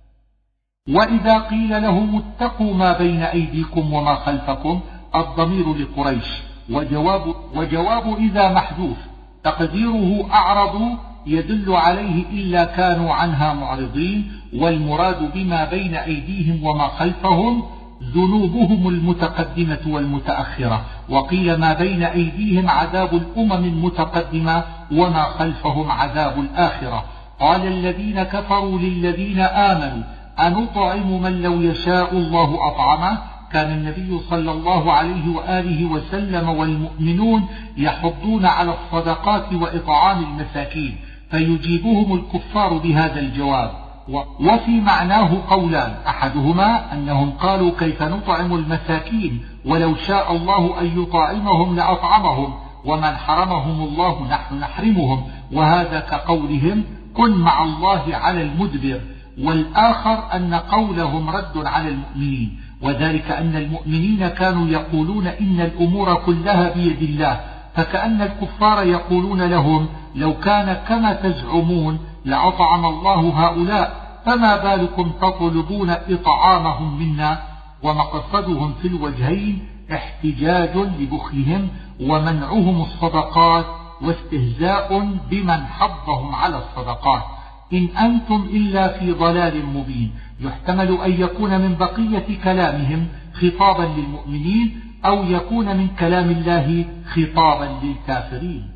وإذا قيل لهم اتقوا ما بين أيديكم وما خلفكم، الضمير لقريش، وجواب, وجواب إذا محذوف تقديره أعرضوا يدل عليه إلا كانوا عنها معرضين، والمراد بما بين أيديهم وما خلفهم ذنوبهم المتقدمة والمتأخرة. وقيل ما بين أيديهم عذاب الأمم المتقدمة وما خلفهم عذاب الآخرة. قال الذين كفروا للذين آمنوا أنطعم من لو يشاء الله أطعمه. كان النبي صلى الله عليه وآله وسلم والمؤمنون يحضون على الصدقات وإطعام المساكين، فيجيبهم الكفار بهذا الجواب. وفي معناه قولان، أحدهما أنهم قالوا كيف نطعم المساكين ولو شاء الله أن يطعمهم لأطعمهم، ومن حرمهم الله نحن نحرمهم، وهذا كقولهم كن مع الله على المدبر. والآخر أن قولهم رد على المؤمنين، وذلك أن المؤمنين كانوا يقولون إن الأمور كلها بيد الله، فكأن الكفار يقولون لهم لو كان كما تزعمون لأطعم الله هؤلاء، فما بالكم تطلبون إطعامهم منا. ومقصدهم في الوجهين احتجاج لبخلهم ومنعهم الصدقات، واستهزاء بمن حضهم على الصدقات. إن أنتم إلا في ضلال مبين، يحتمل أن يكون من بقية كلامهم خطابا للمؤمنين، أو يكون من كلام الله خطابا للكافرين.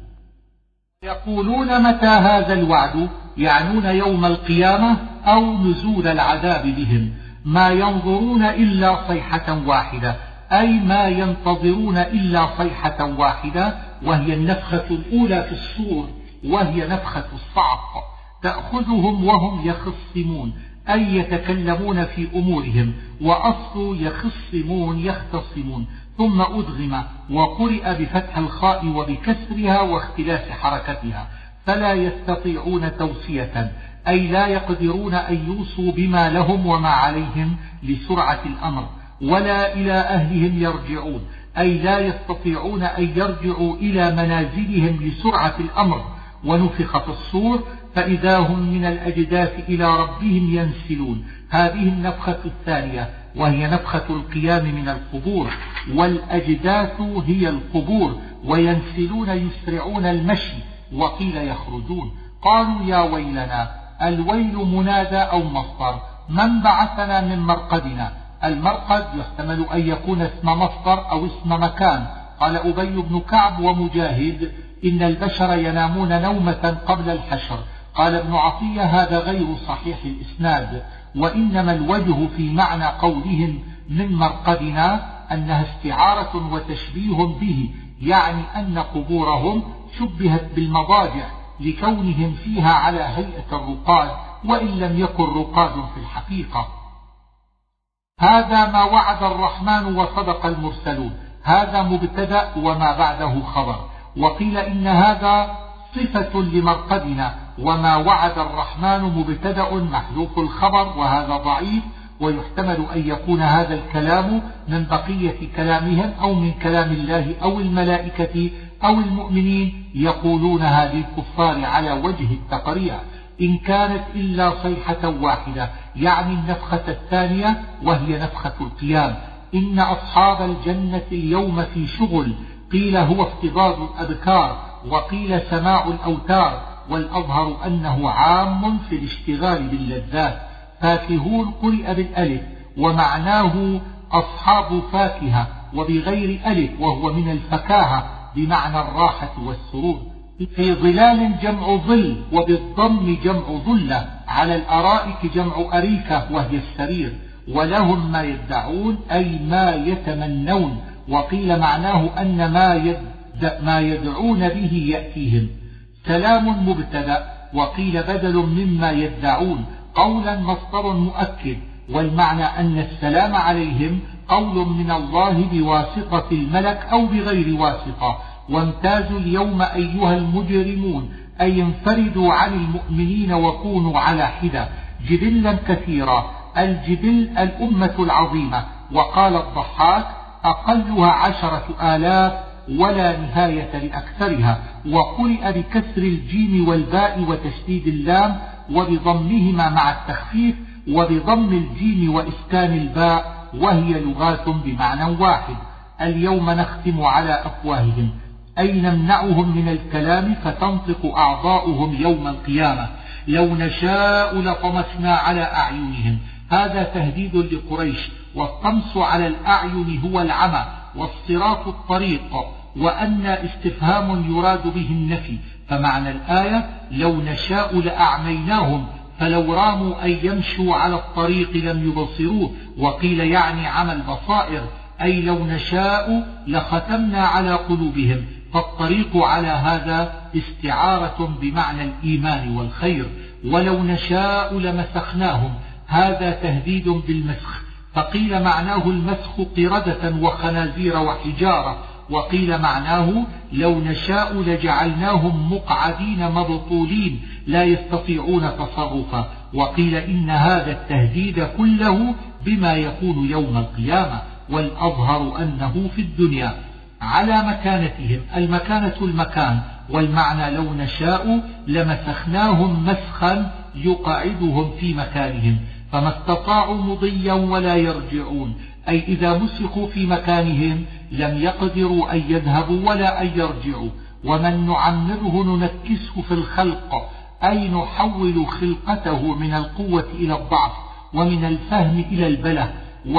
يقولون متى هذا الوعد، يعنون يوم القيامة أو نزول العذاب بهم. ما ينظرون إلا صيحة واحدة، أي ما ينتظرون إلا صيحة واحدة، وهي النفخة الأولى في الصور، وهي نفخة الصعق، تأخذهم وهم يخصمون، أي يتكلمون في أمورهم، وأصل يخصمون يختصمون، ثم أدغم وقرئ بفتح الخاء وبكسرها واختلاف حركتها، فلا يستطيعون توصية، أي لا يقدرون أن يوصوا بما لهم وما عليهم لسرعة الأمر. ولا إلى أهلهم يرجعون، أي لا يستطيعون أن يرجعوا إلى منازلهم لسرعة الأمر. ونفخ في الصور فإذا هم من الأجداث إلى ربهم ينسلون. هذه النفخة الثانية وهي نفخة القيام من القبور، والأجداث هي القبور، وينسلون يسرعون المشي، وقيل يخرجون. قالوا يا ويلنا، الويل منادى أو مصدر، من بعثنا من مرقدنا. المرقد يحتمل أن يكون اسم مصدر أو اسم مكان. قال أبي بن كعب ومجاهد إن البشر ينامون نومة قبل الحشر. قال ابن عطية هذا غير صحيح الإسناد، وإنما الوجه في معنى قولهم من مرقدنا أنها استعارة وتشبيه به، يعني أن قبورهم شبهت بالمضاجع لكونهم فيها على هيئة الرقاد، وإن لم يكن رقاد في الحقيقة. هذا ما وعد الرحمن وصدق المرسلون، هذا مبتدأ وما بعده خبر. وقيل إن هذا صفة لمرقدنا، وما وعد الرحمن مبتدأ محذوف الخبر، وهذا ضعيف، ويحتمل أن يكون هذا الكلام من بقية كلامهم أو من كلام الله أو الملائكة أو المؤمنين يقولونها للكفار على وجه التقريع، إن كانت إلا صيحة واحدة، يعني النفخة الثانية وهي نفخة القيام. إن أصحاب الجنة اليوم في شغل، قيل هو افتضاد الأبكار، وقيل سماع الأوتار، والأظهر أنه عام في الاشتغال باللذات. فاكهون قرئ بالألف، ومعناه أصحاب فاكهة، وبغير ألف وهو من الفكاهة بمعنى الراحة والسرور. في ظلال جمع ظل، وبالضم جمع ظلة، على الأرائك جمع أريكة وهي السرير. ولهم ما يدعون أي ما يتمنون، وقيل معناه أن ما, يد ما يدعون به يأتيهم. سلام مبتدأ، وقيل بدل مما يدعون، قولا مصدر مؤكد، والمعنى أن السلام عليهم قول من الله بواسطة الملك أو بغير واسطة. وامتازوا اليوم أيها المجرمون، أي انفردوا عن المؤمنين وكونوا على حدة. جبلا كثيرا، الجبل الأمة العظيمة. وقال الضحاك أقلها عشرة آلاف ولا نهاية لأكثرها. وقرئ بكسر الجيم والباء وتشديد اللام وبضمهما مع التخفيف، وبضم الجيم وإسكان الباء، وهي لغات بمعنى واحد. اليوم نختم على أفواههم، أي نمنعهم من الكلام فتنطق أعضاؤهم يوم القيامة. لو نشاء لطمسنا على أعينهم، هذا تهديد لقريش. والطمس على الأعين هو العمى، والصراط الطريق، وأن استفهام يراد به النفي. فمعنى الآية لو نشاء لأعميناهم، فلو راموا أن يمشوا على الطريق لم يبصروه. وقيل يعني عمى البصائر، أي لو نشاء لختمنا على قلوبهم. فالطريق على هذا استعارة بمعنى الإيمان والخير. ولو نشاء لمسخناهم، هذا تهديد بالمسخ. فقيل معناه المسخ قردة وخنازير وحجارة. وقيل معناه لو نشاء لجعلناهم مقعدين مبطولين لا يستطيعون تصرفا. وقيل إن هذا التهديد كله بما يكون يوم القيامة، والأظهر أنه في الدنيا. على مكانتهم، المكانة المكان، والمعنى لو نشاء لمسخناهم مسخا يقعدهم في مكانهم، فما استطاعوا مضيا ولا يرجعون، أي إذا مسخوا في مكانهم لم يقدروا أن يذهبوا ولا أن يرجعوا. ومن نعمره ننكسه في الخلق، أي نحول خلقته من القوة إلى الضعف، ومن الفهم إلى البله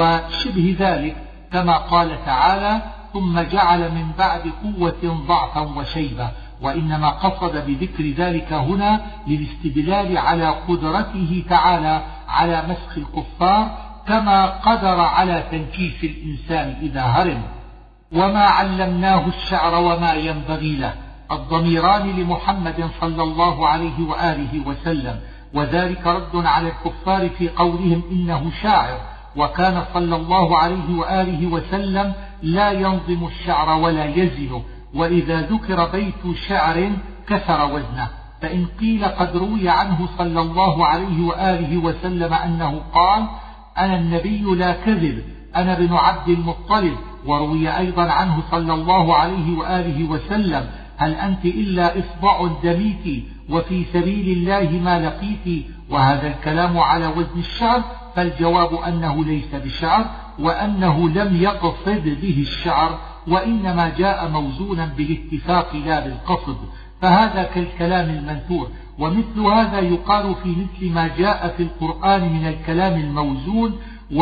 وشبه ذلك، كما قال تعالى ثم جعل من بعد قوة ضعفا وشيبة. وإنما قصد بذكر ذلك هنا للاستدلال على قدرته تعالى على مسخ الكفار، كما قدر على تنكيس الإنسان إذا هرم. وما علمناه الشعر وما ينبغي له، الضميران لمحمد صلى الله عليه وآله وسلم، وذلك رد على الكفار في قولهم إنه شاعر. وكان صلى الله عليه وآله وسلم لا ينظم الشعر ولا يزن، وإذا ذكر بيت شعر كسر وزنه. فإن قيل قد روي عنه صلى الله عليه وآله وسلم أنه قال أنا النبي لا كذب، أنا بن عبد المطلب. وروي أيضا عنه صلى الله عليه وآله وسلم: هل أنت إلا إصبع دميت وفي سبيل الله ما لقيت. وهذا الكلام على وزن الشعر، فالجواب أنه ليس بشعر، وأنه لم يقصد به الشعر، وإنما جاء موزونا بالاتفاق لا بالقصد، فهذا كالكلام المنثور. ومثل هذا يقال في مثل ما جاء في القرآن من الكلام الموزون،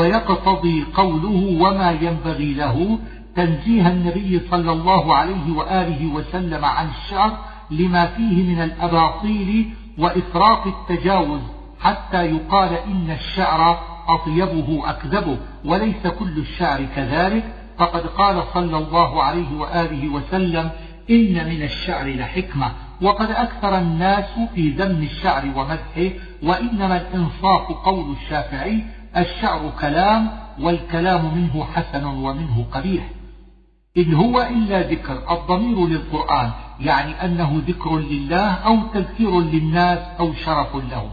ويقتضي قوله وما ينبغي له تنزيه النبي صلى الله عليه وآله وسلم عن الشعر لما فيه من الأباطيل وإفراط التجاوز، حتى يقال إن الشعر أطيبه أكذبه، وليس كل الشعر كذلك. فقد قال صلى الله عليه وآله وسلم: إن من الشعر لحكمة. وقد أكثر الناس في ذم الشعر ومدحه، وإنما الإنصاف قول الشافعي: الشعر كلام، والكلام منه حسن ومنه قبيح. إن هو إلا ذكر، الضمير للقرآن، يعني أنه ذكر لله أو تذكير للناس أو شرف لهم،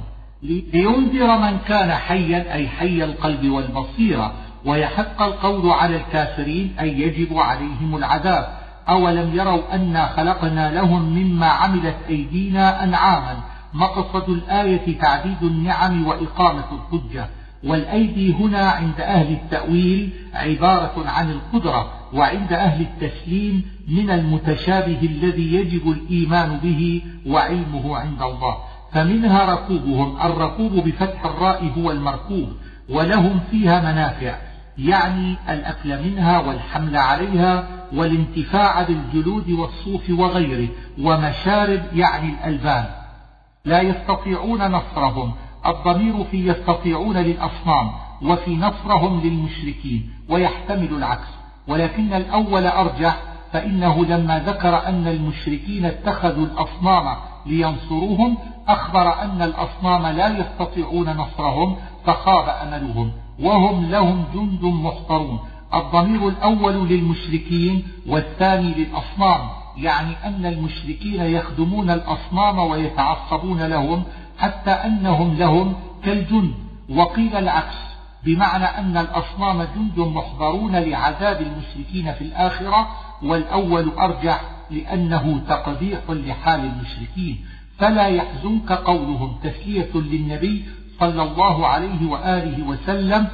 لينذر من كان حيا أي حي القلب والبصيرة، ويحق القول على الكافرين أي يجب عليهم العذاب. أولم يروا أنا خلقنا لهم مما عملت أيدينا أنعاما. مقصد الآية تعديد النعم وإقامة الحجة، والأيدي هنا عند أهل التأويل عبارة عن القدرة، وعند أهل التسليم من المتشابه الذي يجب الإيمان به وعلمه عند الله. فمنها ركوبهم، الركوب بفتح الراء هو المركوب، ولهم فيها منافع، يعني الأكل منها والحمل عليها والانتفاع بالجلود والصوف وغيره، ومشارب يعني الألبان. لا يستطيعون نصرهم، الضمير في يستطيعون للأصنام، وفي نصرهم للمشركين، ويحتمل العكس، ولكن الأول أرجح، فإنه لما ذكر أن المشركين اتخذوا الأصنام لينصروهم أخبر أن الأصنام لا يستطيعون نصرهم، فخاب أملهم، وهم لهم جند محضرون. الضمير الأول للمشركين والثاني للأصنام، يعني أن المشركين يخدمون الأصنام ويتعصبون لهم حتى أنهم لهم كالجند. وقيل العكس، بمعنى أن الأصنام جند محضرون لعذاب المشركين في الآخرة، والأول أرجح لأنه تقبيح لحال المشركين. فلا يحزنك قولهم تسلية للنبي صلى الله عليه وآله وسلم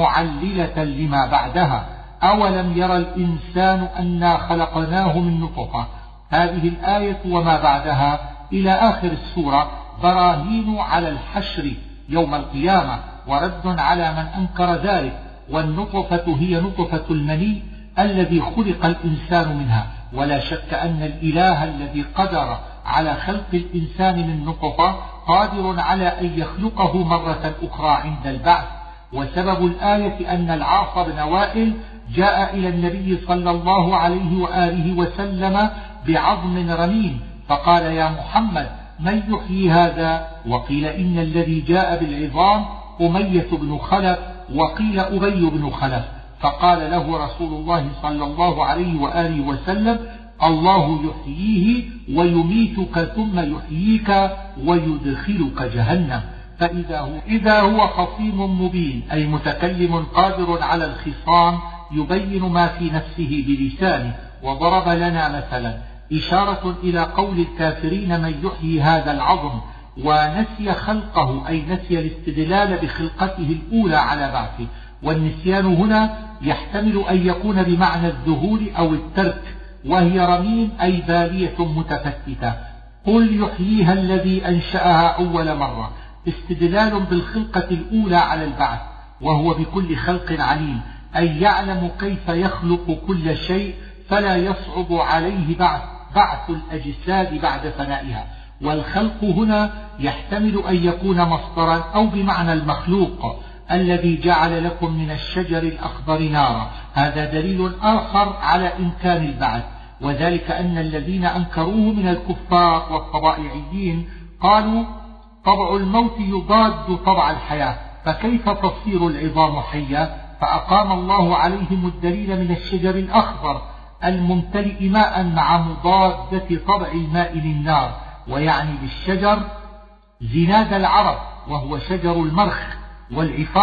معللة لما بعدها: أولم يرى الإنسان أنا خلقناه من نطفة. هذه الآية وما بعدها إلى آخر السورة براهين على الحشر يوم القيامة، ورد على من أنكر ذلك. والنطفة هي نطفة المني الذي خلق الإنسان منها، ولا شك أن الإله الذي قدر على خلق الإنسان من نطفة قادر على أن يخلقه مرة أخرى عند البعث. وسبب الآية أن العاص بن وائل جاء إلى النبي صلى الله عليه وآله وسلم بعظم رميم، فقال: يا محمد، من يحيي هذا؟ وقيل إن الذي جاء بالعظام أمية بن خلف، وقيل أبي بن خلف. فقال له رسول الله صلى الله عليه وآله وسلم: الله يحييه ويميتك ثم يحييك ويدخلك جهنم. فإذا هو, إذا هو خصيم مبين، أي متكلم قادر على الخصام يبين ما في نفسه بلسانه. وضرب لنا مثلا إشارة إلى قول الكافرين: من يحيي هذا العظم، ونسي خلقه، أي نسي الاستدلال بخلقته الأولى على بعثه. والنسيان هنا يحتمل أن يكون بمعنى الذهول أو الترك، وهي رميم أي بالية متفتتة. قل يحييها الذي أنشأها أول مرة، استدلال بالخلقة الأولى على البعث، وهو بكل خلق عليم، أي يعلم كيف يخلق كل شيء، فلا يصعب عليه بعث, بعث الأجساد بعد فنائها. والخلق هنا يحتمل أن يكون مصدرا أو بمعنى المخلوق، الذي جعل لكم من الشجر الأخضر نارا. هذا دليل آخر على إمكان البعث، وذلك أن الذين أنكروه من الكفار والطبائعيين قالوا: طبع الموت يضاد طبع الحياة، فكيف تصير العظام حية؟ فأقام الله عليهم الدليل من الشجر الأخضر الممتلئ ماء مع مضادة طبع الماء للنار، ويعني بالشجر زناد العرب، وهو شجر المرخ والعفار،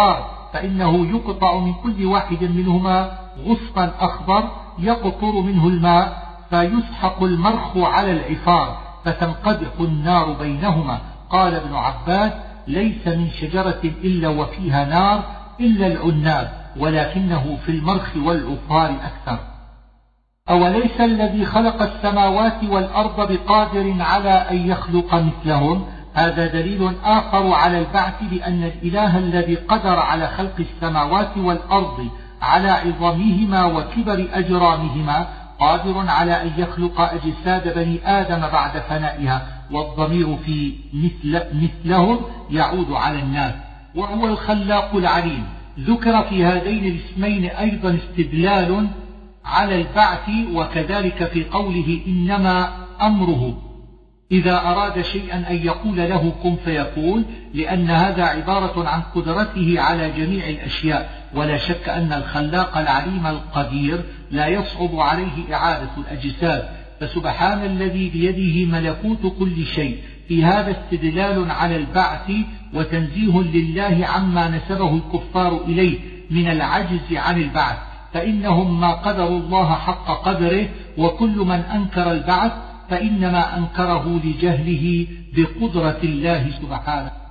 فإنه يقطع من كل واحد منهما غصن أخضر يقطر منه الماء فيسحق المرخ على العفار فتنقدح النار بينهما. قال ابن عباس: ليس من شجرة إلا وفيها نار إلا العناب، ولكنه في المرخ والعفار أكثر. أوليس الذي خلق السماوات والأرض بقادر على أن يخلق مثلهم؟ هذا دليل آخر على البعث، بأن الإله الذي قدر على خلق السماوات والأرض على عظامهما وكبر أجرامهما قادر على أن يخلق أجساد بني آدم بعد فنائها، والضمير في مثل مثلهم يعود على الناس، وهو الخلاق العليم. ذكر في هذين الاسمين أيضا استدلال على البعث، وكذلك في قوله: إنما أمره إذا أراد شيئا أن يقول له كن فيكون، لأن هذا عبارة عن قدرته على جميع الأشياء. ولا شك أن الخلاق العليم القدير لا يصعب عليه إعادة الأجساد، فسبحان الذي بيده ملكوت كل شيء. في هذا استدلال على البعث وتنزيه لله عما نسبه الكفار إليه من العجز عن البعث، فإنهم ما قدروا الله حق قدره، وكل من أنكر البعث فإنما أنكره لجهله بقدرة الله سبحانه.